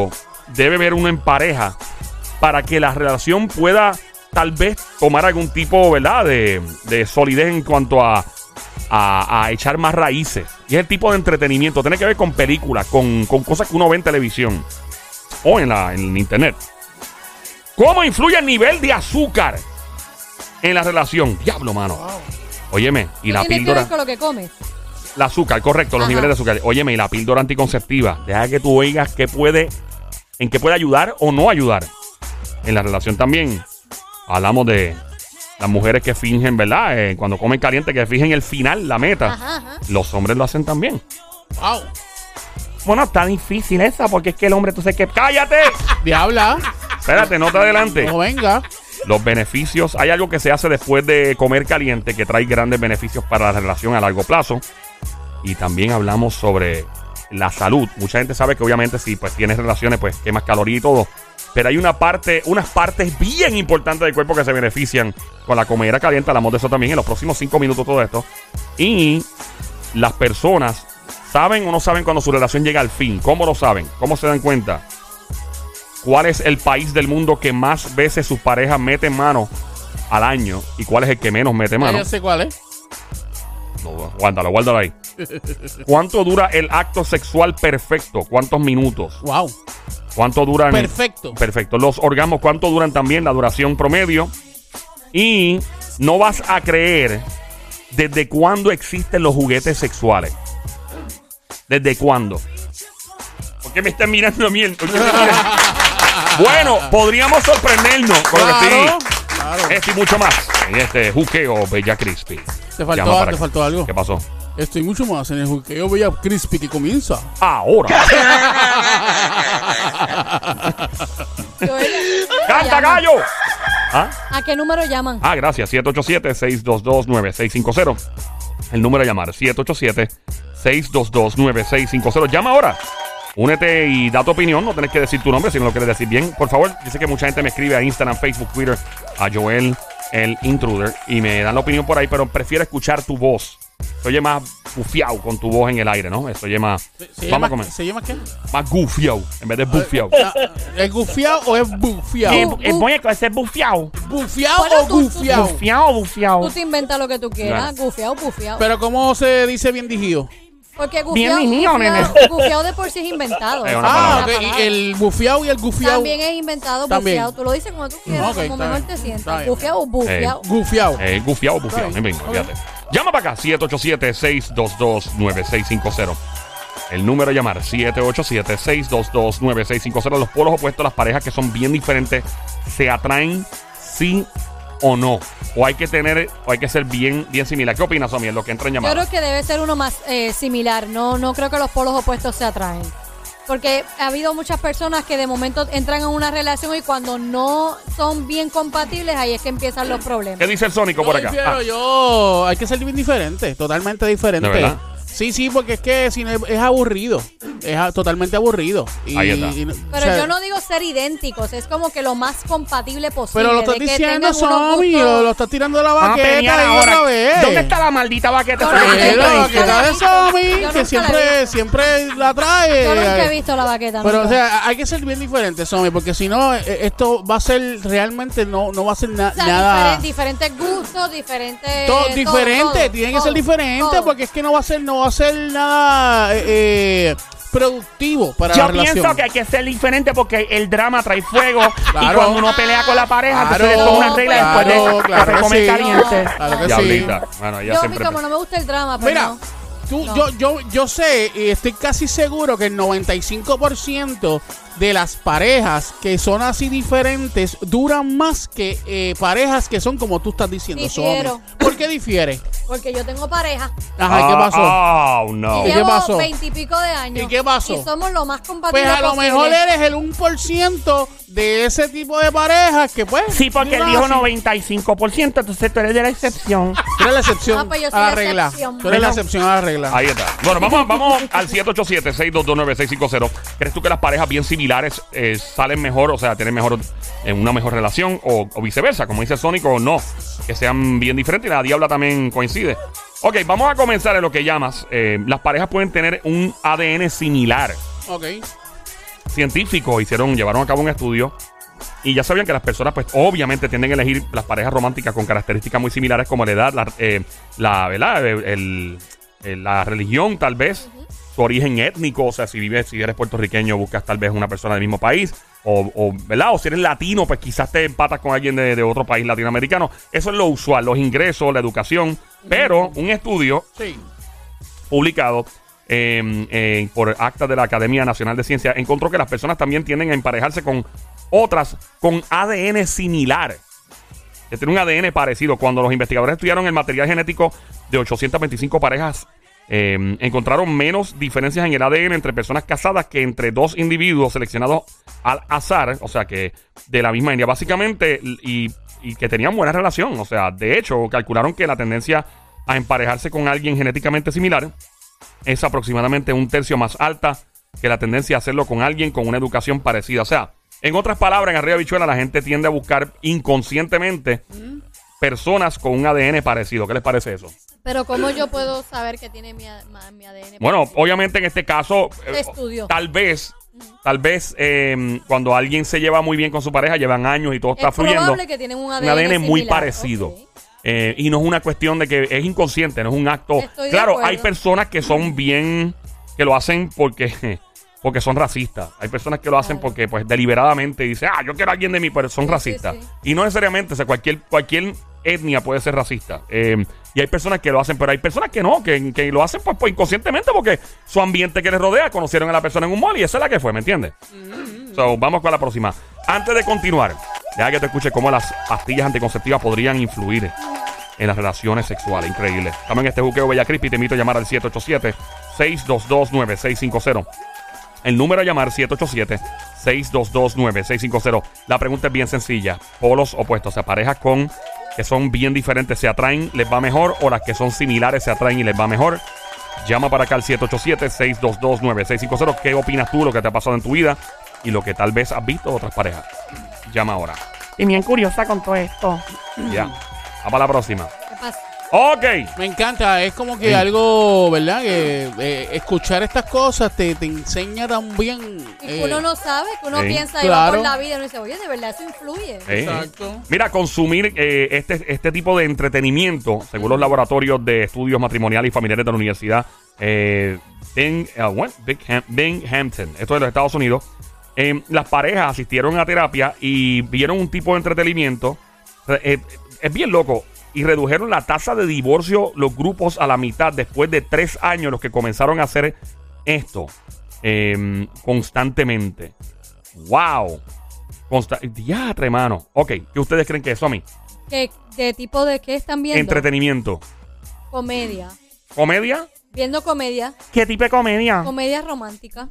debe ver uno en pareja para que la relación pueda tal vez tomar algún tipo, ¿verdad?, de, de solidez en cuanto a, a, a echar más raíces. Y es el tipo de entretenimiento. Tiene que ver con películas, con, con cosas que uno ve en televisión o en, la, en internet. ¿Cómo influye el nivel de azúcar en la relación? Diablo, mano. Wow. Óyeme, y la Tiene que píldora... ver con lo que comes. El azúcar, correcto, los Ajá. niveles de azúcar. Óyeme, y la píldora anticonceptiva. Deja que tú oigas qué puede, en qué puede ayudar o no ayudar. En la relación también hablamos de las mujeres que fingen, ¿verdad? Eh, cuando comen caliente, que fingen el final, la meta. Ajá, ajá. Los hombres lo hacen también. Wow. Bueno, está difícil esa, porque es que el hombre, tú sabes que... ¡Cállate! Diabla. Espérate, no te adelante. No venga. Los beneficios. Hay algo que se hace después de comer caliente que trae grandes beneficios para la relación a largo plazo. Y también hablamos sobre la salud. Mucha gente sabe que obviamente si pues tienes relaciones, pues quemas calorías y todo. Pero hay una parte, unas partes bien importantes del cuerpo que se benefician con la comida caliente. Hablamos de eso también en los próximos cinco minutos, todo esto. Y las personas saben o no saben cuando su relación llega al fin. ¿Cómo lo saben? ¿Cómo se dan cuenta? ¿Cuál es el país del mundo que más veces sus parejas meten mano al año? ¿Y cuál es el que menos mete Ya mano? yo sé cuál es. No, guárdalo, guárdalo ahí. ¿Cuánto dura el acto sexual perfecto? ¿Cuántos minutos? Wow. ¿Cuánto duran? Perfecto. Perfecto. Los orgasmos, ¿cuánto duran también? La duración promedio. Y no vas a creer desde cuándo existen los juguetes sexuales. ¿Desde cuándo? ¿Por qué me están mirando a mí? ¿Por qué me miran? Bueno, podríamos sorprendernos con lo que Claro, sí. claro. Esto y mucho más en este juqueo Bella Crispy. Te faltó, Llama para te acá. faltó algo. ¿Qué pasó? Estoy mucho más en el juqueo Bella Crispy que comienza. Ahora. Joel, ¡Canta, llama. gallo! ¿Ah? ¿A qué número llaman? Ah, gracias. siete ocho siete, seis dos dos, nueve seis cinco cero. El número a llamar. siete ocho siete, seis dos dos, nueve seis cinco cero. Llama ahora. Únete y da tu opinión. No tienes que decir tu nombre si no lo quieres decir bien. Por favor, yo sé que mucha gente me escribe a Instagram, Facebook, Twitter, a Joel, el Intruder, y me dan la opinión por ahí, pero prefiero escuchar tu voz. Se oye más bufiao con tu voz en el aire, ¿no? Se oye más... ¿Se, se Vamos llama, a comer. ¿Se llama qué? Más gufiao en vez de bufiao. Ah, ¿Es gufiao o es bufiao? Eh, Bu- eh, bu- voy a ser bufiao. ¿Bufiao Bueno, o tú- tú- gufiao? Bufiao o bufiao. Tú te inventas lo que tú quieras. Gufiao, bufiao. Pero ¿cómo se dice bien dijido? Porque Bien gufiao, mío, nene. gufiao, gufiao de por sí es inventado. Es Esa una es Ah, la ok. palabra. Y el bufiao y el gufiao. También es inventado, También. bufiao. Tú lo dices como tú quieras, Ok, como está mejor bien. te Está sientas. bien. Bufiao o bufiao. Gufiao. Eh, gufiao o bufiao. Está Ni bien. vengo, fíjate. Llama para acá, siete ocho siete, seis dos dos, nueve seis cinco cero. El número a llamar, siete ocho siete, seis dos dos, nueve seis cinco cero. Los polos opuestos, las parejas que son bien diferentes, ¿se atraen sí o no? O hay que tener, o hay que ser bien, bien similar. ¿Qué opinas, Somi, en lo que entra en Yo llamada? creo que debe ser uno más eh, similar. No, no creo que los polos opuestos se atraen. Porque ha habido muchas personas que de momento entran en una relación y cuando no son bien compatibles, ahí es que empiezan los problemas. ¿Qué dice el Sónico por Yo acá? prefiero Ah, yo, hay que ser bien diferente, totalmente diferente. ¿De verdad? Sí, sí, porque es que si no es, es aburrido, es a- totalmente aburrido. Y, Ahí está. y no- Pero o sea, yo no digo ser idénticos, es como que lo más compatible posible. Pero lo estás de que diciendo, tengan unos Somi, gustos- lo, lo estás tirando de la Vamos a baqueta pelear y ahora. otra vez. ¿Dónde está la maldita baqueta? Yo Esa no que sé, Eh, yo la te yo hice. baqueta de nunca Somi, la he que visto. siempre, siempre la trae. Yo nunca he visto la baqueta. Pero, nunca. o sea, hay que ser bien diferente, Somi, porque si no, eh, esto va a ser realmente, no, no va a ser na- O sea, nada. diferen- diferentes gustos, diferentes... Todo todo, diferente, todo, tiene que todo, ser diferente, todo. porque es que no va a ser, no va a ser nada eh, eh, productivo para Yo la relación. pienso que hay que ser diferente porque el drama trae fuego y Claro. cuando uno pelea con la pareja, Claro, entonces es una regla claro, después de claro que que se come sí. caliente. Claro que sí. Diablita. Bueno, ella Yo, a mí siempre... como no me gusta el drama, pero Mira, no. tú, No. yo, yo, yo sé y estoy casi seguro que el noventa y cinco por ciento de las parejas que son así diferentes duran más que eh, parejas que son como tú estás diciendo. Difiero. Somi. ¿Por qué difiere? Porque yo tengo pareja. Ajá, ¿y qué pasó? Oh, no. Y ¿Y qué llevo pasó? veintipico de años. ¿Y qué pasó? Y somos lo más compatibles Pues a lo posible. mejor eres el uno por ciento de ese tipo de parejas que pues... Sí, porque él duran dijo así. noventa y cinco por ciento, entonces tú eres de la excepción. Tú eres la excepción Ah, pues yo a soy la la regla. excepción. Tú eres la Bueno. excepción a la regla. Ahí está. Bueno, vamos, vamos al siete ocho siete, seis dos dos, nueve seis cinco cero. ¿Crees tú que las parejas bien similares eh, salen mejor, o sea, tienen mejor, en una mejor relación o, o viceversa, como dice Sónico, o no? Que sean bien diferentes y la diabla también coincide. Ok, vamos a comenzar en lo que llamas. Eh, las parejas pueden tener un A D N similar. Ok. científicos hicieron, llevaron a cabo un estudio y ya sabían que las personas, pues, obviamente tienden a elegir las parejas románticas con características muy similares como la edad, la, eh, la ¿verdad? El, el, el- la religión, tal vez, su origen étnico, o sea, si vives, si eres puertorriqueño, buscas tal vez una persona del mismo país, o, o, ¿verdad? O si eres latino, pues quizás te empatas con alguien de, de otro país latinoamericano. Eso es lo usual, los ingresos, la educación. Pero un estudio Sí. publicado eh, eh, por acta de la Academia Nacional de Ciencias encontró que las personas también tienden a emparejarse con otras con A D N similar, que tienen un A D N parecido. Cuando los investigadores estudiaron el material genético de ochocientas veinticinco parejas, eh, encontraron menos diferencias en el A D N entre personas casadas que entre dos individuos seleccionados al azar, o sea que de la misma etnia básicamente, y, y que tenían buena relación. O sea, de hecho, calcularon que la tendencia a emparejarse con alguien genéticamente similar es aproximadamente un tercio más alta que la tendencia a hacerlo con alguien con una educación parecida. O sea, en otras palabras, en Arriba Bichuela la gente tiende a buscar inconscientemente personas con un A D N parecido. ¿Qué les parece eso? Pero ¿cómo yo puedo saber que tiene mi, a- ma- mi A D N? Bueno, obviamente en este caso, Se eh, estudió. tal vez, tal vez eh, cuando alguien se lleva muy bien con su pareja, llevan años y todo está es fluyendo, probable que tienen un A D N, un A D N muy similar. parecido. Ok. Eh, y no es una cuestión de que es inconsciente, no es un acto. Estoy de Claro, acuerdo. hay personas que son bien, que lo hacen porque, porque son racistas. Hay personas que lo hacen Claro. porque, pues, deliberadamente dicen, ah, yo quiero a alguien de mí, pero son Sí, racistas. sí, sí. Y no necesariamente, o sea, cualquier, cualquier etnia puede ser racista. Eh, y hay personas que lo hacen, pero hay personas que no, que, que lo hacen pues, pues inconscientemente porque su ambiente que les rodea, conocieron a la persona en un mall y esa es la que fue, ¿me entiendes? So, vamos con la próxima. Antes de continuar, deja que te escuche cómo las pastillas anticonceptivas podrían influir en las relaciones sexuales. Increíble. Estamos en este juqueo Bella Crispy. Te invito a llamar al siete ocho siete, seis dos dos, nueve seis cinco cero. El número a llamar siete ocho siete, seis dos dos, nueve seis cinco cero. La pregunta es bien sencilla. Polos opuestos, o sea, parejas con que son bien diferentes se atraen, les va mejor, o las que son similares se atraen y les va mejor. Llama para acá al siete ocho siete, seis dos dos, nueve seis cinco cero. ¿Qué opinas tú, lo que te ha pasado en tu vida y lo que tal vez has visto de otras parejas? Llama ahora. Y bien curiosa con todo esto. Ya. Vamos a la próxima. ¿Qué pasa? Ok. Me encanta, es como que Sí. algo, ¿verdad? Que eh, escuchar estas cosas te, te enseña también. Y eh, que uno no sabe, que uno sí. piensa y va Claro. por la vida y uno dice, oye, de verdad eso influye. Eh, Exacto. Mira, consumir eh, este, este tipo de entretenimiento, según los laboratorios de estudios matrimoniales y familiares de la Universidad eh, Bing, uh, what? Bingham- Binghamton, esto de los Estados Unidos, eh, las parejas asistieron a terapia y vieron un tipo de entretenimiento. Eh, es bien loco. Y redujeron la tasa de divorcio los grupos a la mitad después de tres años los que comenzaron a hacer esto eh, constantemente. ¡Wow! Consta Diatre, mano. Ok, ¿qué ustedes creen que es eso a mí? ¿Qué, ¿De tipo de qué están viendo? Entretenimiento. Comedia. ¿Comedia? Viendo comedia. ¿Qué tipo de comedia? Comedia romántica.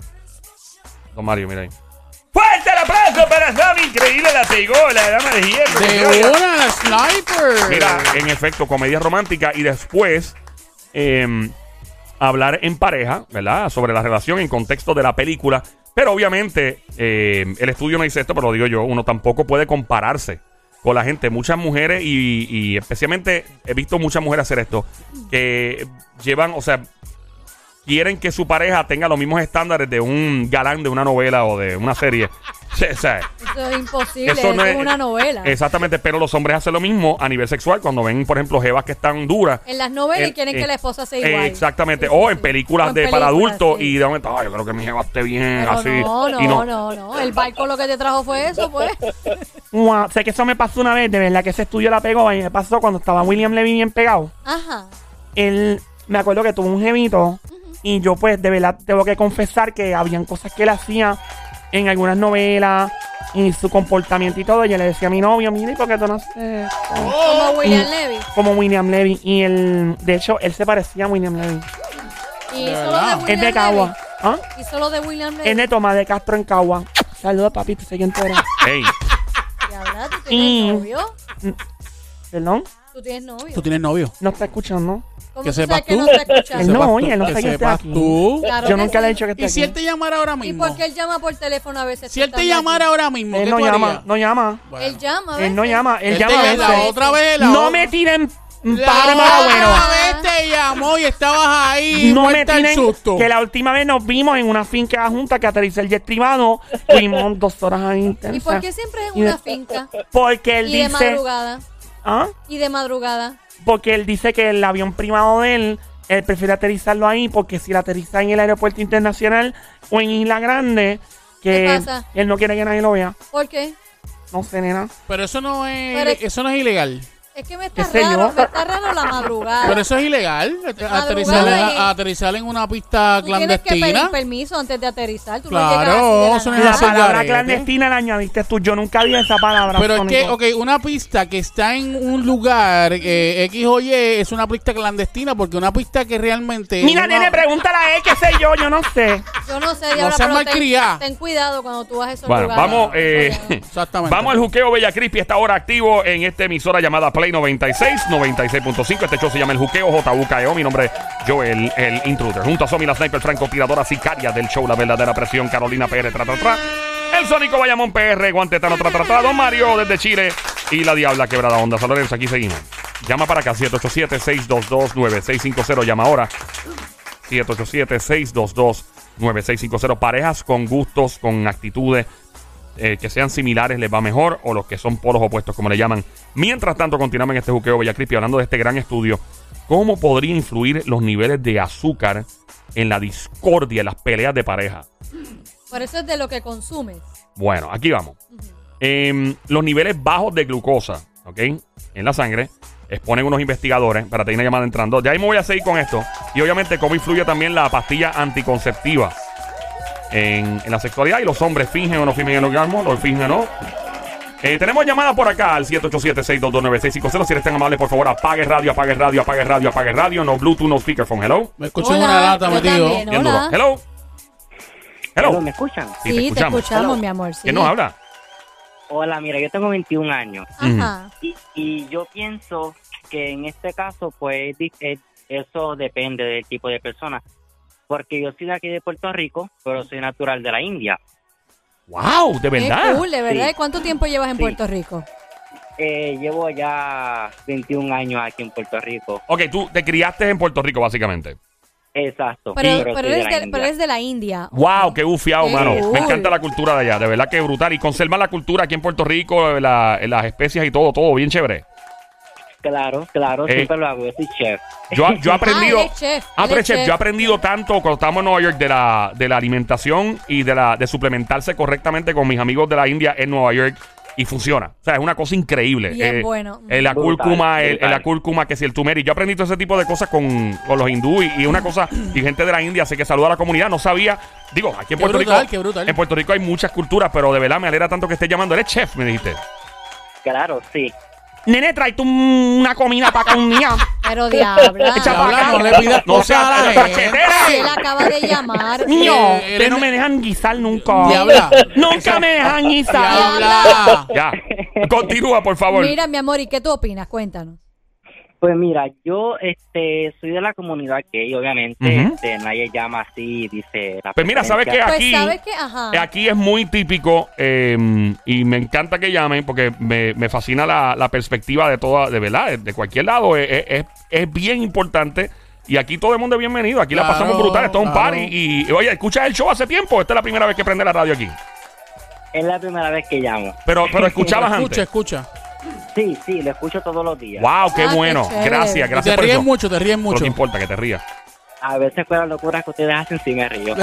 Don Mario, mira ahí. ¡Fuerte el aplauso para esa increíble! La pegó la dama de hierro. De una sniper. Mira, en efecto, comedia romántica y después eh, hablar en pareja, ¿verdad? Sobre la relación en contexto de la película. Pero obviamente, eh, el estudio no dice esto, pero lo digo yo, uno tampoco puede compararse con la gente. Muchas mujeres, y, y especialmente he visto muchas mujeres hacer esto, que llevan, o sea, quieren que su pareja tenga los mismos estándares de un galán de una novela o de una serie. O sea, Eso es imposible, Eso eso, no es es- una novela. exactamente, pero los hombres hacen lo mismo a nivel sexual cuando ven, por ejemplo, jevas que están duras. En las novelas El- quieren eh, que la esposa sea eh, igual. exactamente, Sí, sí, o sí. en películas O en de para películas, adultos sí. y de momento, ay, yo creo que mi jeva esté bien, Pero así. no, no, y no, no, El barco lo que te trajo fue eso, pues. Wow, sé que eso me pasó una vez, de verdad que ese estudio la pegó. Y me pasó cuando estaba William Levy bien pegado. Ajá. Él, me acuerdo que tuvo un jevito. Y yo, pues, de verdad, tengo que confesar que habían cosas que él hacía en algunas novelas. Y su comportamiento y todo. Y yo le decía a mi novio, mira, ¿y por qué tú no haces esto?" Como William Y- Levy. Como William Levy. Y él, de hecho, él se parecía a William Levy. Y ¿De solo verdad? de Es William de Cagua. ¿Ah? Levy. Y solo de William Levy. Es de Tomás de Castro en Cagua. Saludos, papi, tú sé quién tú eres. Ey, ¿Diabla, ¿Tú Y- tienes novio? Perdón, ¿Tú tienes novio? Tú tienes novio. no está escuchando. ¿Cómo que tú sepas sabes que tú. no está Que escuchando? Él no sepas oye, tú, él no que sabe que estoy sepas aquí. tú. Claro Yo que nunca le he sí. dicho que Y estoy si él aquí. te llamara ahora ¿Y mismo. por qué él llama por teléfono a veces? Si él te estando llamara aquí? ahora mismo, Él ¿qué no tú llama, harías? no llama. Bueno. Él llama, Él no ¿ves? llama, él Él llama te- a la veces. otra vez, la No o- me tiren La padre otra malo bueno. vez te te llamó y estabas ahí No me muerta el tienen susto. que la última vez nos vimos en una finca junta que aterricé el jet privado. Fuimos dos horas ahí intensas. ¿Y por qué siempre es Y en de- una finca? Porque él Y de dice... madrugada. ¿Ah? Y de madrugada. Porque él dice que el avión privado de él, él prefiere aterrizarlo ahí porque si lo aterriza en el aeropuerto internacional o en Isla Grande, que ¿Qué pasa? él no quiere que nadie lo vea. ¿Por qué? No sé, nena. Pero eso no es, Pero- eso no es ilegal. Es que me está ¿Qué sé raro, yo? me está raro la madrugada. Pero eso es ilegal. Aterrizar, y- en- aterrizar en una pista Tú tienes que pedir clandestina. permiso antes de aterrizar. Tú Claro, no llegas así de la eso no nada. La hacer palabra garete. clandestina la añadiste tú. Yo nunca vi esa palabra. Pero es que, Sónico. ok, una pista que está en un lugar eh, X o Y es una pista clandestina porque una pista que realmente... Mira, una- nene, pregúntale a él, qué sé yo, yo no sé. Yo no sé, No diabla, seas pero malcriada. ten, ten cuidado cuando tú vas a esos Bueno, lugares. vamos, eh, Exactamente. vamos al juqueo Bella Crispy. Está ahora activo en esta emisora llamada Play noventa y seis, noventa y seis punto cinco. Este show se llama El Juqueo, J U K E O. Mi nombre es Joel, el intruder. Junto a Somi, la sniper francotiradora sicaria del show La Verdadera Presión, Carolina P R, tra, tra, tra. El Sónico Bayamón P R, Guantetano, tra, tra, tra. Don Mario desde Chile y la Diabla Quebrada Onda. San Lorenzo, aquí seguimos. Llama para acá, siete ocho siete, seis dos dos, nueve seis cinco cero. Llama ahora. siete ocho siete, seis dos dos, nueve seis cinco cero. Parejas con gustos, con actitudes eh, que sean similares les va mejor, o los que son polos opuestos, como le llaman. Mientras tanto, continuamos en este juqueo Bella Crispy hablando de este gran estudio. ¿Cómo podría influir los niveles de azúcar en la discordia, en las peleas de pareja? Por eso es de lo que consumes. Bueno, aquí vamos. Em, los niveles bajos de glucosa, ¿ok? En la sangre, exponen unos investigadores. Para tener una llamada entrando. Ya ahí me voy a seguir con esto. Y obviamente cómo influye también la pastilla anticonceptiva en, en la sexualidad. Y los hombres fingen o no fingen el orgasmo, lo fingen o no. Eh, tenemos llamada por acá al siete ocho siete, seis dos dos, nueve seis cinco cero. Si eres tan amable, por favor, apague radio, apague radio, apague radio, apague radio. No Bluetooth, no speakerphone. Hello. Me escuché Hola, una lata yo metido. también. Bien duro. Hola. Hello. Hello. ¿Me escuchan? Sí, Sí, te te escuchamos. escuchamos, mi amor. Sí. ¿Quién nos habla? Hola, mira, yo tengo veintiún años Ajá. y, y yo pienso que en este caso, pues, di- eh, eso depende del tipo de persona. Porque yo soy de aquí de Puerto Rico, pero soy natural de la India. Wow, de Qué verdad. cool, de verdad. Sí. ¿Y cuánto tiempo llevas en Sí. Puerto Rico? Eh, llevo ya veintiún años aquí en Puerto Rico. Ok, tú te criaste en Puerto Rico, básicamente. Exacto. Pero, pero pero, soy eres de la de, India. pero eres de la India. Wow, qué bufiado, Qué mano. cool. Me encanta la cultura de allá, de verdad que es brutal. Y conservan la cultura aquí en Puerto Rico, la- las especias y todo, todo bien chévere. Claro, claro, Eh, siempre lo hago. Yo soy chef. Yo, yo he aprendido. Ah, él es chef, Ah, él tú eres es chef. chef. Yo he aprendido tanto cuando estábamos en Nueva York de la, de la alimentación y de la de suplementarse correctamente con mis amigos de la India en Nueva York. Y funciona. O sea, es una cosa increíble. Bien bueno. eh, la Brutal, cúrcuma, el, brutal. la cúrcuma, que si el turmeric. Yo aprendí todo ese tipo de cosas con, con los hindú y, y una cosa, y gente de la India, así que saluda a la comunidad. No sabía, digo, aquí en Qué Puerto brutal, Rico. qué brutal. En Puerto Rico hay muchas culturas, pero de verdad me alegra tanto que estés llamando. Eres chef, me dijiste. Claro, sí. Nene, trae tú una comida para acá un día. Pero diabla. Echa pa' Diabla, acá. no le pidas No cosas seas a la cachetera. Si él gente. acaba de llamar. Niño, Eh, que eres no ne- me dejan guisar nunca. Diabla. Nunca me dejan guisar. Diabla. Ya. Continúa, por favor. Mira, mi amor, ¿y qué tú opinas? Cuéntanos. Pues mira, yo este soy de la comunidad gay, obviamente. Ujú. este, nadie llama así, dice la Pues mira, ¿sabes qué? preferencia. Aquí, Pues sabes que, ajá. eh, aquí es muy típico eh, y me encanta que llamen porque me, me fascina la, la perspectiva de toda, de verdad, de cualquier lado. Es, es- es- es bien importante. Y aquí todo el mundo es bienvenido. Aquí la Claro, pasamos brutal. Esto es un claro. party. Y, y, oye, ¿escuchas el show hace tiempo? Esta es la primera vez que prende la radio aquí. Es la primera vez que llamo. Pero, pero escuchabas Escucha, antes. escucha. Sí, sí, lo escucho todos los días. Wow, qué Ah, qué bueno. chévere. Gracias, Y gracias te por ríes eso. mucho, te ríes No mucho. te importa que te rías. A veces con las locuras que ustedes hacen sí me río.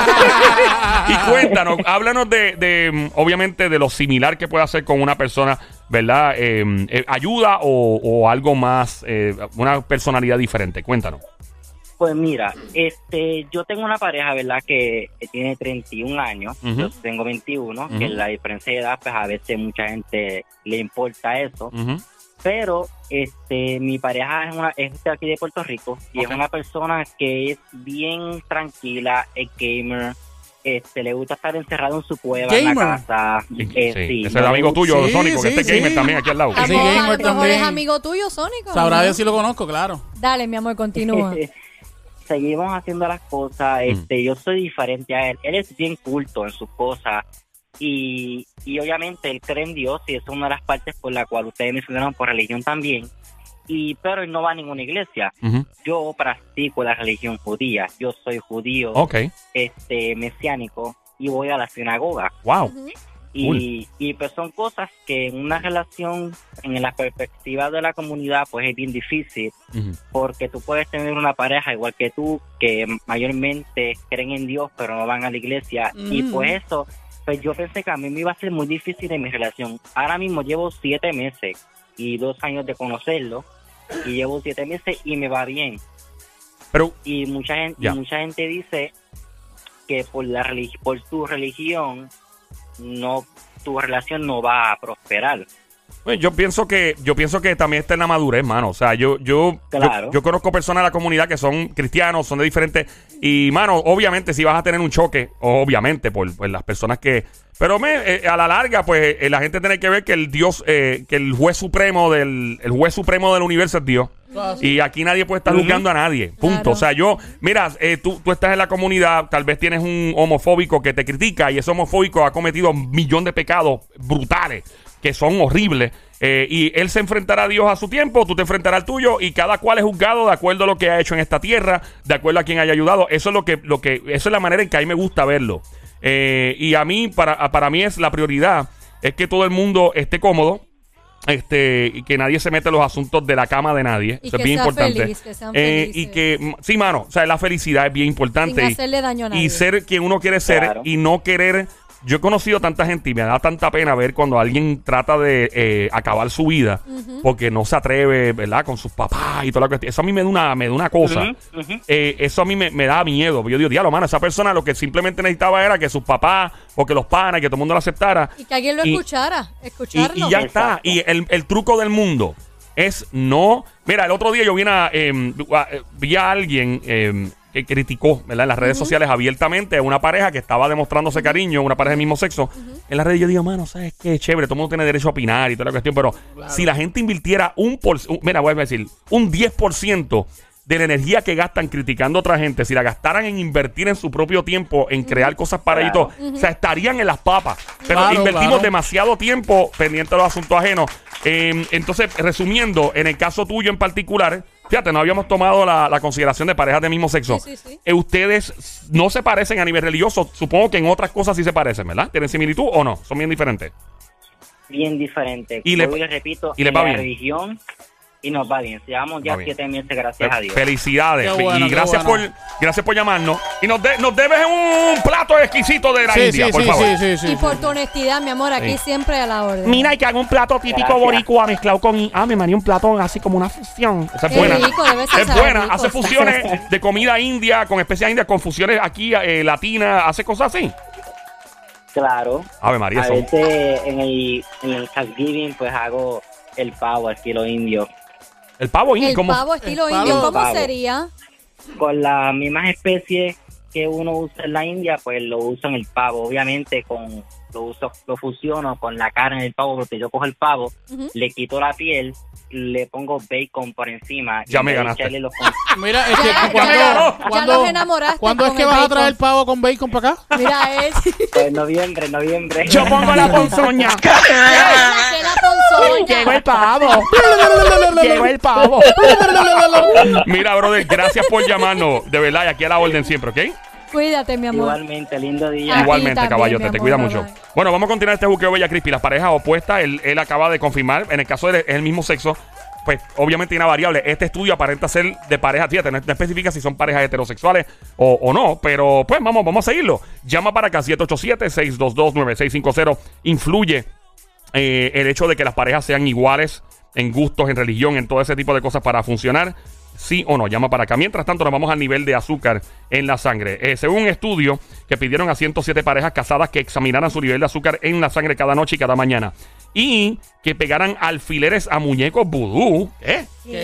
Y cuéntanos, háblanos de, de, mm, obviamente, de lo similar que puede hacer con una persona, ¿verdad? Eh, eh, ayuda o, o algo más, eh, una personalidad diferente. Cuéntanos. Pues mira, este, yo tengo una pareja, ¿verdad? Que que tiene treinta y un años, Ujú. yo tengo veintiuno, Ujú. que la diferencia de edad, pues a veces mucha gente le importa eso. Ujú. Pero este mi pareja es una es de aquí de Puerto Rico y Ok. es una persona que es bien tranquila, es gamer, este le gusta estar encerrado en su cueva en la Gamer. casa. Sí, eh, sí. sí, Ese es no el le amigo gusta- tuyo, Sí, Sónico, que sí, este gamer sí. también aquí al lado. A Sí, lo mejor- gamer a lo mejor también. es amigo tuyo, Sónico. Sabrá ¿no? Dios si lo conozco, claro. Dale, mi amor, continúa. Seguimos haciendo las cosas, Mm. este yo soy diferente a él, él es bien culto en sus cosas y, y obviamente él cree en Dios y esa es una de las partes por la cual ustedes mencionaron por religión también. y pero él no va a ninguna iglesia. Ujú. Yo practico la religión judía. Yo soy judío, Ok. este mesiánico, y voy a la sinagoga. Wow. Y, y pues son cosas que en una relación, en la perspectiva de la comunidad, pues es bien difícil, Ujú. porque tú puedes tener una pareja igual que tú, que mayormente creen en Dios, pero no van a la iglesia, y pues eso, pues yo pensé que a mí me iba a ser muy difícil en mi relación. Ahora mismo llevo siete meses y dos años de conocerlo, y llevo siete meses y me va bien. Pero, Y mucha gente, Ya. y mucha gente dice que por la religi- por tu religión, no, tu relación no va a prosperar. pues, yo pienso que yo pienso que también está en la madurez, mano. O sea, yo yo, Claro. yo yo conozco personas de la comunidad que son cristianos, son de diferentes. Y, mano, obviamente si vas a tener un choque, obviamente, por, por las personas que... Pero me, eh, a la larga, pues, eh, la gente tiene que ver que el Dios, eh, que el juez supremo del el juez supremo del universo es Dios. Y aquí nadie puede estar juzgando a nadie. Punto. Claro. O sea, yo, mira, eh, tú, tú estás en la comunidad, tal vez tienes un homofóbico que te critica y ese homofóbico ha cometido un millón de pecados brutales que son horribles. eh, y él se enfrentará a Dios a su tiempo, tú te enfrentarás al tuyo y cada cual es juzgado de acuerdo a lo que ha hecho en esta tierra, de acuerdo a quien haya ayudado. Eso es lo que, lo que, eso es la manera en que a mí me gusta verlo. Eh, y a mí, para, para mí es la prioridad, es que todo el mundo esté cómodo. Este, y que nadie se mete en los asuntos de la cama de nadie. Y Eso es que bien sea importante. feliz, que sean Eh, felices. y que, mm, sí, mano, o sea, la felicidad es bien importante. Sin y- hacerle daño a nadie. y ser quien uno quiere ser Claro. y no querer. Yo he conocido tanta gente y me da tanta pena ver cuando alguien trata de eh, acabar su vida porque no se atreve, ¿verdad? Con sus papás y toda la cuestión. Eso a mí me da una, me da una cosa. Ujú, ujú. Eh, eso a mí me, me da miedo. Yo digo, diablo, mano, esa persona lo que simplemente necesitaba era que sus papás o que los panas, que todo el mundo lo aceptara. Y que alguien lo Y- escuchara, Y, escucharlo. y ya está. Exacto. Y el, el truco del mundo es no. Mira, el otro día yo vi, una, eh, vi a alguien eh, que criticó, ¿verdad? En las redes sociales abiertamente a una pareja que estaba demostrándose cariño, una pareja del mismo sexo. En las redes yo digo, mano, ¿sabes qué? Chévere, todo el mundo tiene derecho a opinar y toda la cuestión, pero si la gente invirtiera un por, un- mira, voy a decir, un diez por ciento de la energía que gastan criticando a otra gente, si la gastaran en invertir en su propio tiempo, en crear cosas para ellos, Claro. o sea, estarían en las papas. Pero Claro, invertimos claro. demasiado tiempo pendiente de los asuntos ajenos. Eh, entonces, resumiendo, en el caso tuyo en particular, fíjate, no habíamos tomado la, la consideración de parejas del mismo sexo. Sí, sí, sí. Eh, ustedes no se parecen a nivel religioso. Supongo que en otras cosas sí se parecen, ¿verdad? ¿Tienen similitud o no? Son bien diferentes. Bien diferente. Y le- Vuelvo y repito, y le en va la bien. religión, y nos va bien. Llevamos ya Va bien. siete meses, gracias a Dios. Felicidades. Qué bueno, y qué gracias bueno. por gracias por llamarnos. Y nos, de- nos debes un plato exquisito de la Sí, India, sí, por sí, favor. sí, sí, sí, Y sí. por tu honestidad, mi amor, aquí Sí. siempre a la orden. Mira, y que haga un plato típico Gracias. boricua mezclado con... Ah, me maní un plato así como una fusión. Esa es Qué buena. rico, debe ser es saber buena. rico. Hace fusiones de comida india con especias indias, con fusiones aquí eh, latinas. Hace cosas así. Claro. Ave María, A eso. veces en el, en el Thanksgiving pues hago el pavo al estilo indio. El pavo indio, El ¿cómo? pavo estilo El pavo. indio, ¿cómo Pavo. sería? Con las mismas especies que uno usa en la India, pues lo uso en el pavo. Obviamente con lo uso, lo fusiono con la carne del pavo, porque yo cojo el pavo, Ujú. le quito la piel, le pongo bacon por encima. Ya y me en vez de ganaste. echarle los con- Mira, es que Ya, ¿cuándo, ya me ganó. cuándo- Ya los enamoraste ¿cuándo es con que el vas a bacon. traer el pavo con bacon para acá? Mira, es. Pues noviembre, noviembre. Yo pongo la ponzoña. que la ponzoña. Llegó el pavo. Llegó el pavo. Mira, brother, gracias por llamarnos. De verdad, y aquí a la orden siempre, ¿ok? Cuídate, mi amor. Igualmente, lindo día. A ti Igualmente, también, caballote, mi te amor, cuida bye, mucho. bye. Bueno, vamos a continuar este juqueo Bella Crispy. Las parejas opuestas, él, él acaba de confirmar. En el caso de él, es el mismo sexo, pues obviamente hay una variable. Este estudio aparenta ser de pareja, fíjate, no, no especifica si son parejas heterosexuales o, o no, pero pues vamos, vamos a seguirlo. Llama para acá, siete ocho siete, seis dos dos, nueve seis cinco cero. Influye eh, el hecho de que las parejas sean iguales en gustos, en religión, en todo ese tipo de cosas para funcionar. Sí o no, llama para acá. Mientras tanto, nos vamos al nivel de azúcar en la sangre. Eh, según un estudio que pidieron a ciento siete parejas casadas que examinaran su nivel de azúcar en la sangre cada noche y cada mañana. Y que pegaran alfileres a muñecos vudú. ¿Eh?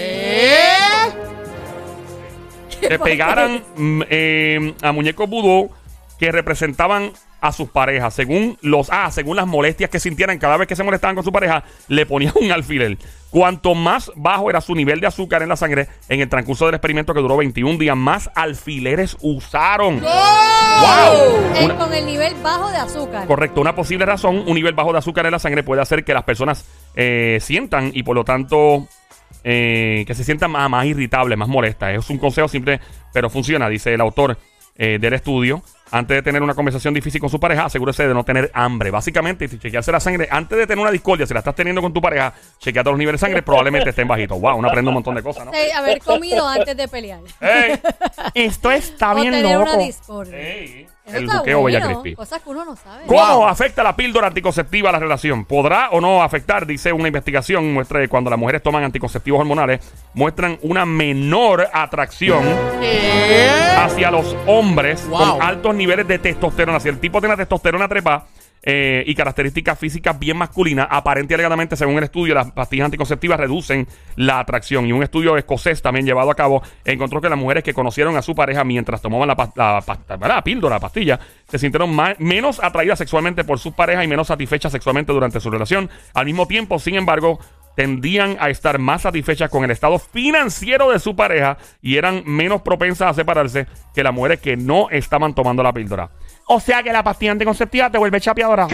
Que pegaran mm, eh, a muñecos vudú que representaban a sus parejas. Según los ah, según las molestias que sintieran cada vez que se molestaban con su pareja, le ponían un alfiler. Cuanto más bajo era su nivel de azúcar en la sangre, en el transcurso del experimento que duró veintiún días, más alfileres usaron. ¡Wow! El- Una- con el nivel bajo de azúcar. Correcto, una posible razón, un nivel bajo de azúcar en la sangre puede hacer que las personas eh, sientan y por lo tanto eh, que se sientan más, más irritables, más molestas. Es un consejo simple, pero funciona, dice el autor eh, del estudio. Antes de tener una conversación difícil con su pareja, asegúrese de no tener hambre. Básicamente, chequearse la sangre. Antes de tener una discordia, si la estás teniendo con tu pareja, chequeate los niveles de sangre, probablemente estén bajitos. Wow, uno aprende un montón de cosas, ¿no? Sí, haber comido antes de pelear. ¡Ey! Esto está O bien tener una loco. discordia. ¡Ey! Eso El está buqueo Bella bueno, Crispy. cosas que uno no sabe. ¿Cómo Wow. afecta la píldora anticonceptiva a la relación? ¿Podrá o no afectar? Dice una investigación, muestra que cuando las mujeres toman anticonceptivos hormonales, muestran una menor atracción ¿Qué? hacia los hombres Wow. con altos niveles de testosterona. Si el tipo tiene testosterona trepa eh, y características físicas bien masculinas, aparente y alegadamente, según el estudio, las pastillas anticonceptivas reducen la atracción. Y un estudio escocés también llevado a cabo encontró que las mujeres que conocieron a su pareja mientras tomaban la, pa- la, pasta- la píldora, la pastilla, se sintieron más, menos atraídas sexualmente por sus parejas y menos satisfechas sexualmente durante su relación. Al mismo tiempo, sin embargo, tendían a estar más satisfechas con el estado financiero de su pareja y eran menos propensas a separarse que las mujeres que no estaban tomando la píldora. O sea que la pastilla anticonceptiva te vuelve chapeadora.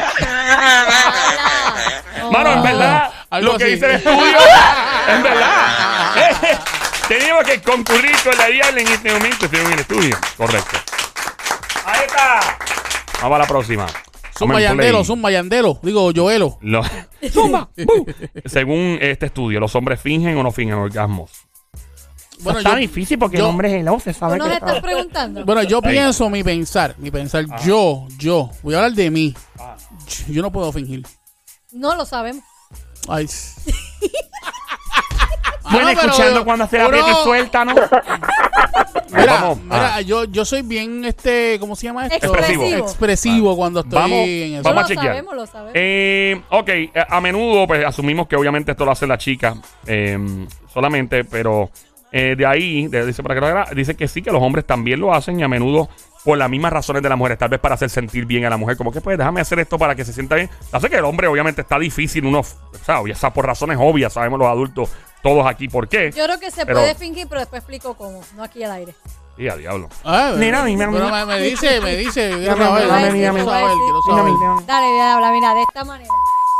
Mano, en verdad, algo lo que así. dice el estudio, en verdad, teníamos que concurrir con la diabla en este momento, según el estudio. Correcto. Ahí está. Vamos a la próxima. Zumba Vamos en Yandelo, play. Zumba Yandelo. Digo, Joelo. Lo- Zumba. Bu. Según este estudio, ¿los hombres fingen o no fingen orgasmos? Bueno, está yo- difícil porque yo- el hombre es hello, se ¿Tú sabe nos que estás preguntando? Bueno, yo Ahí. pienso, mi pensar, mi pensar, yo, yo, voy a hablar de mí. Ah. Yo, yo no puedo fingir. No lo sabemos. Ay. Bueno, Ah, pero escuchando yo- cuando hace la uno- aprieta y suelta, ¿no? Mira, Vamos, mira, ah. yo, yo soy bien, este, ¿cómo se llama esto? Expresivo. Expresivo cuando estoy Vamos, en eso. vamos a lo chequear. sabemos, lo sabemos. Eh, ok, eh, a menudo pues asumimos que obviamente esto lo hace la chica eh, solamente, pero eh, de ahí, de- dice, para que lo haga, dice que sí, que los hombres también lo hacen y a menudo por las mismas razones de las mujeres, tal vez para hacer sentir bien a la mujer, como que pues déjame hacer esto para que se sienta bien. Hace que el hombre obviamente está difícil, uno, o sea, ya está por razones obvias, sabemos los adultos, todos aquí por qué. Yo creo que se pero- puede fingir, pero después explico cómo, no aquí al aire. Y a diablo. Ah, Nena, dime, pero mira. me, me dice, me dice, quiero Dame, saber, dame, quiero dígame, saber, dame. quiero Dígame, saber. dígame. Dale, habla, mira, de esta manera.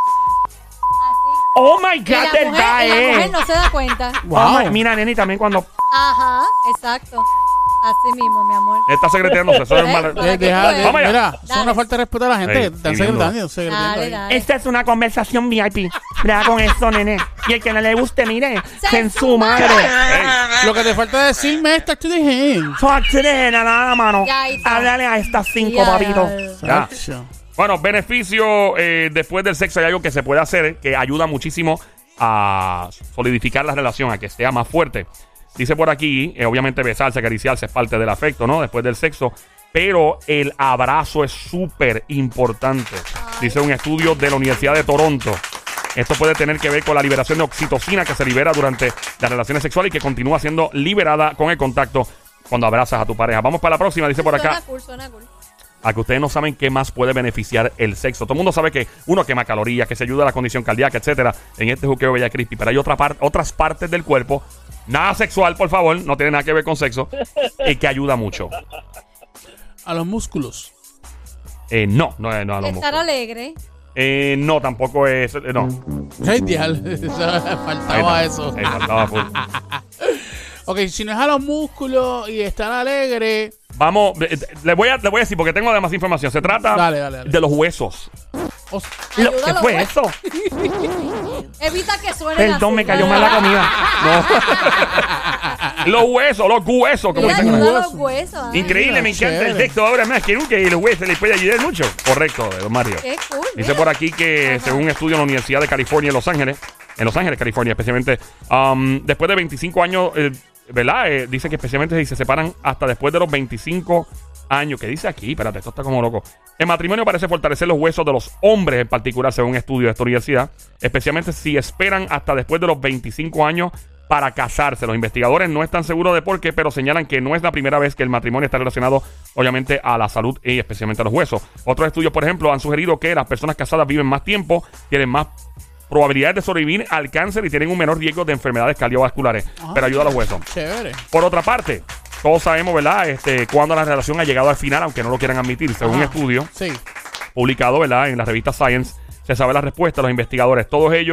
Así. Oh my Y God, la, verdad, mujer, y la eh. mujer no se da cuenta. Wow. Oh my- mira, neni, también cuando. Ajá, exacto. Así mismo, mi amor. Está secreteándose, eso es ¿Eh? mal. De- Para que deja- pueda. de- Vamos allá. mira, eso es Dale. una falta de respeto a la gente Ey, que están estoy viendo. secretando, secretando Dale, ahí. dale. Esta es una conversación V I P. Brega con eso, nene. Y el que no le guste, mire, Se en su madre. Ey, Lo que te falta decirme es talk to the hand. Talk to the nena, nada, mano. Ya, ahí está. Háblale a estas cinco, Ya, papito. ya. Ya. Bueno, beneficio eh, después del sexo hay algo que se puede hacer que ayuda muchísimo a solidificar la relación, a que sea más fuerte. Dice por aquí, eh, obviamente besarse, acariciarse es parte del afecto, ¿no? Después del sexo. Pero el abrazo es súper importante. Dice un estudio de la Universidad de Toronto. Esto puede tener que ver con la liberación de oxitocina que se libera durante las relaciones sexuales y que continúa siendo liberada con el contacto cuando abrazas a tu pareja. Vamos para la próxima, dice por acá. Suena cool, suena cool. A que ustedes no saben qué más puede beneficiar el sexo. Todo el mundo sabe que uno quema calorías, que se ayuda a la condición cardíaca, etcétera. En este juqueo Bella Crispy. Pero hay otra par- otras partes del cuerpo, nada sexual, por favor, no tiene nada que ver con sexo, y que ayuda mucho. A los músculos. Eh, no, no, no, no, Estar no. alegre. Eh, no, tampoco es. eh, no. Ay, diablo, faltaba Ahí eso. está. Eh, faltaba full. Ok, si no es a los músculos y estar alegre. Vamos, eh, eh, le voy, a, le voy a decir porque tengo además información. Se trata Dale, dale, dale. de los huesos. o- Lo- Ayuda a ¿Qué los fue huesos. eso? Evita que suene Perdón, me cayó mal la comida. Los huesos, los huesos, como Mira, dicen. ayuda a huesos. los huesos. ay. Increíble, me encanta el Chévere. texto ahora más que nunca y los huesos les puede ayudar mucho. Correcto, de don Mario. Qué cool. Dice mira. por aquí que Ajá. según un estudio en la Universidad de California en Los Ángeles, en Los Ángeles, California, especialmente, um, después de veinticinco años, eh, ¿verdad? Eh, dice que especialmente si se separan hasta después de los veinticinco años. ¿Qué dice aquí? Espérate, esto está como loco. El matrimonio parece fortalecer los huesos de los hombres en particular, según un estudio de esta universidad, especialmente si esperan hasta después de los veinticinco años para casarse. Los investigadores no están seguros de por qué, pero señalan que no es la primera vez que el matrimonio está relacionado, obviamente, a la salud y especialmente a los huesos. Otros estudios, por ejemplo, han sugerido que las personas casadas viven más tiempo, tienen más probabilidades de sobrevivir al cáncer y tienen un menor riesgo de enfermedades cardiovasculares, Ah. pero ayuda a los huesos. Chévere. Por otra parte, todos sabemos, ¿verdad? Este, cuando la relación ha llegado al final, aunque no lo quieran admitir, según un Ajá. estudio Sí. publicado, ¿verdad? En la revista Science, se sabe la respuesta. Los investigadores, todos ellos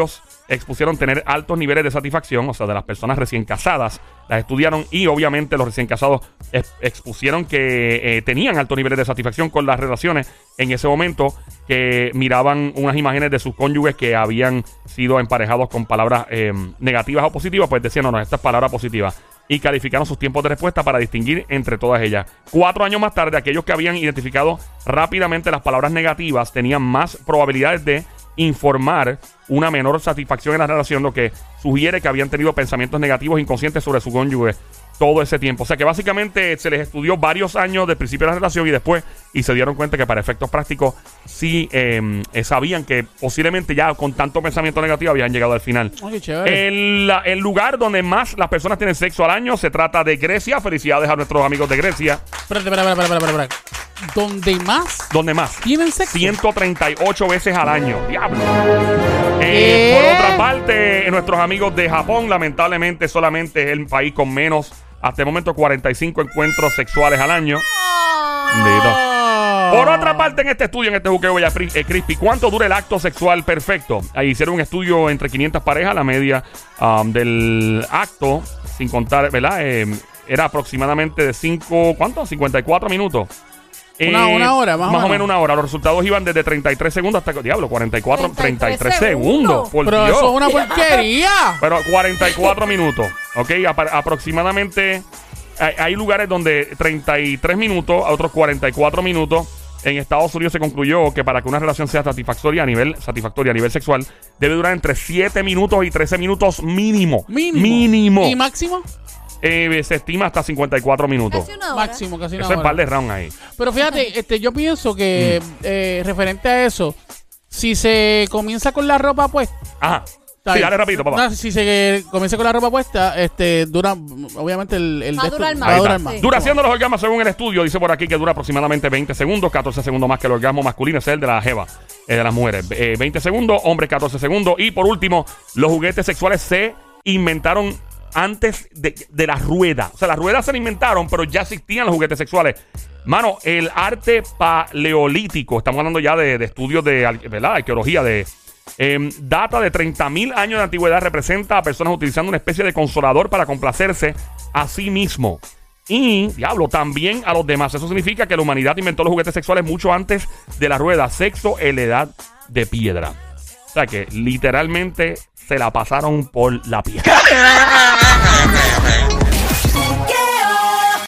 expusieron tener altos niveles de satisfacción, o sea, de las personas recién casadas, las estudiaron y obviamente los recién casados ex expusieron que eh, tenían altos niveles de satisfacción con las relaciones en ese momento, que miraban unas imágenes de sus cónyuges que habían sido emparejados con palabras eh, negativas o positivas, pues decían, no, no, esta es palabra positiva. Y calificaron sus tiempos de respuesta para distinguir entre todas ellas. Cuatro años más tarde, aquellos que habían identificado rápidamente las palabras negativas tenían más probabilidades de informar una menor satisfacción en la relación, lo que sugiere que habían tenido pensamientos negativos inconscientes sobre su cónyuge todo ese tiempo. O sea que básicamente se les estudió varios años del principio de la relación y después, y se dieron cuenta que para efectos prácticos sí eh, eh, sabían que posiblemente ya con tanto pensamiento negativo habían llegado al final. Oh, qué chévere. El, el lugar donde más las personas tienen sexo al año se trata de Grecia. Felicidades a nuestros amigos de Grecia. Espérate, espérate, espérate, espérate, espérate. ¿Dónde más ¿Dónde más? tienen sexo? ciento treinta y ocho veces al año. Diablo. Eh, ¿Qué? por otra parte, eh, nuestros amigos de Japón, lamentablemente, solamente es el país con menos, hasta el momento, cuarenta y cinco encuentros sexuales al año. Bendito. Por otra parte, en este estudio, en este juqueo ya eh, Crispy, ¿cuánto dura el acto sexual perfecto? Ahí hicieron un estudio entre quinientas parejas. La media um, del acto, sin contar, ¿verdad? Eh, era aproximadamente de cinco, ¿cuánto? cincuenta y cuatro minutos. Una, Eh, una hora, más, Más o menos una hora. Los resultados iban desde treinta y tres segundos hasta, diablo, cuarenta y cuatro, treinta y tres segundos. Por Pero Dios. eso es una porquería. Pero cuarenta y cuatro minutos. Ok, Apar- aproximadamente hay, hay lugares donde treinta y tres minutos, a otros cuarenta y cuatro minutos. En Estados Unidos se concluyó que para que una relación sea satisfactoria a nivel satisfactoria a nivel sexual debe durar entre siete minutos y trece minutos mínimo. Mínimo. Mínimo. ¿Y máximo? Eh, se estima hasta cincuenta y cuatro minutos. Casi una hora. Máximo, casi una Eso es hora. par de round ahí. Pero fíjate, este, yo pienso que eh, referente a eso, si se comienza con la ropa puesta, Ajá. está Sí, bien. dale rapidito, papá. No, si se comienza con la ropa puesta, este, dura, obviamente el, el Va a de esto- durar más. va a Ahí durar está. más. Sí. Duración de los orgasmos según el estudio, dice por aquí que dura aproximadamente veinte segundos, catorce segundos más que el orgasmo masculino, ese es el de la jeva, eh, de las mujeres. Eh, veinte segundos, hombres catorce segundos. Y por último, los juguetes sexuales se inventaron antes de, de la rueda. O sea, las ruedas se inventaron, pero ya existían los juguetes sexuales. Mano, el arte paleolítico, estamos hablando ya de, de estudios de, ar- ¿verdad? Arqueología, de eh, data de treinta mil años de antigüedad, representa a personas utilizando una especie de consolador para complacerse a sí mismo. Y, diablo, también a los demás. Eso significa que la humanidad inventó los juguetes sexuales mucho antes de la rueda. Sexo en la edad de piedra. O sea que literalmente se la pasaron por la piedra.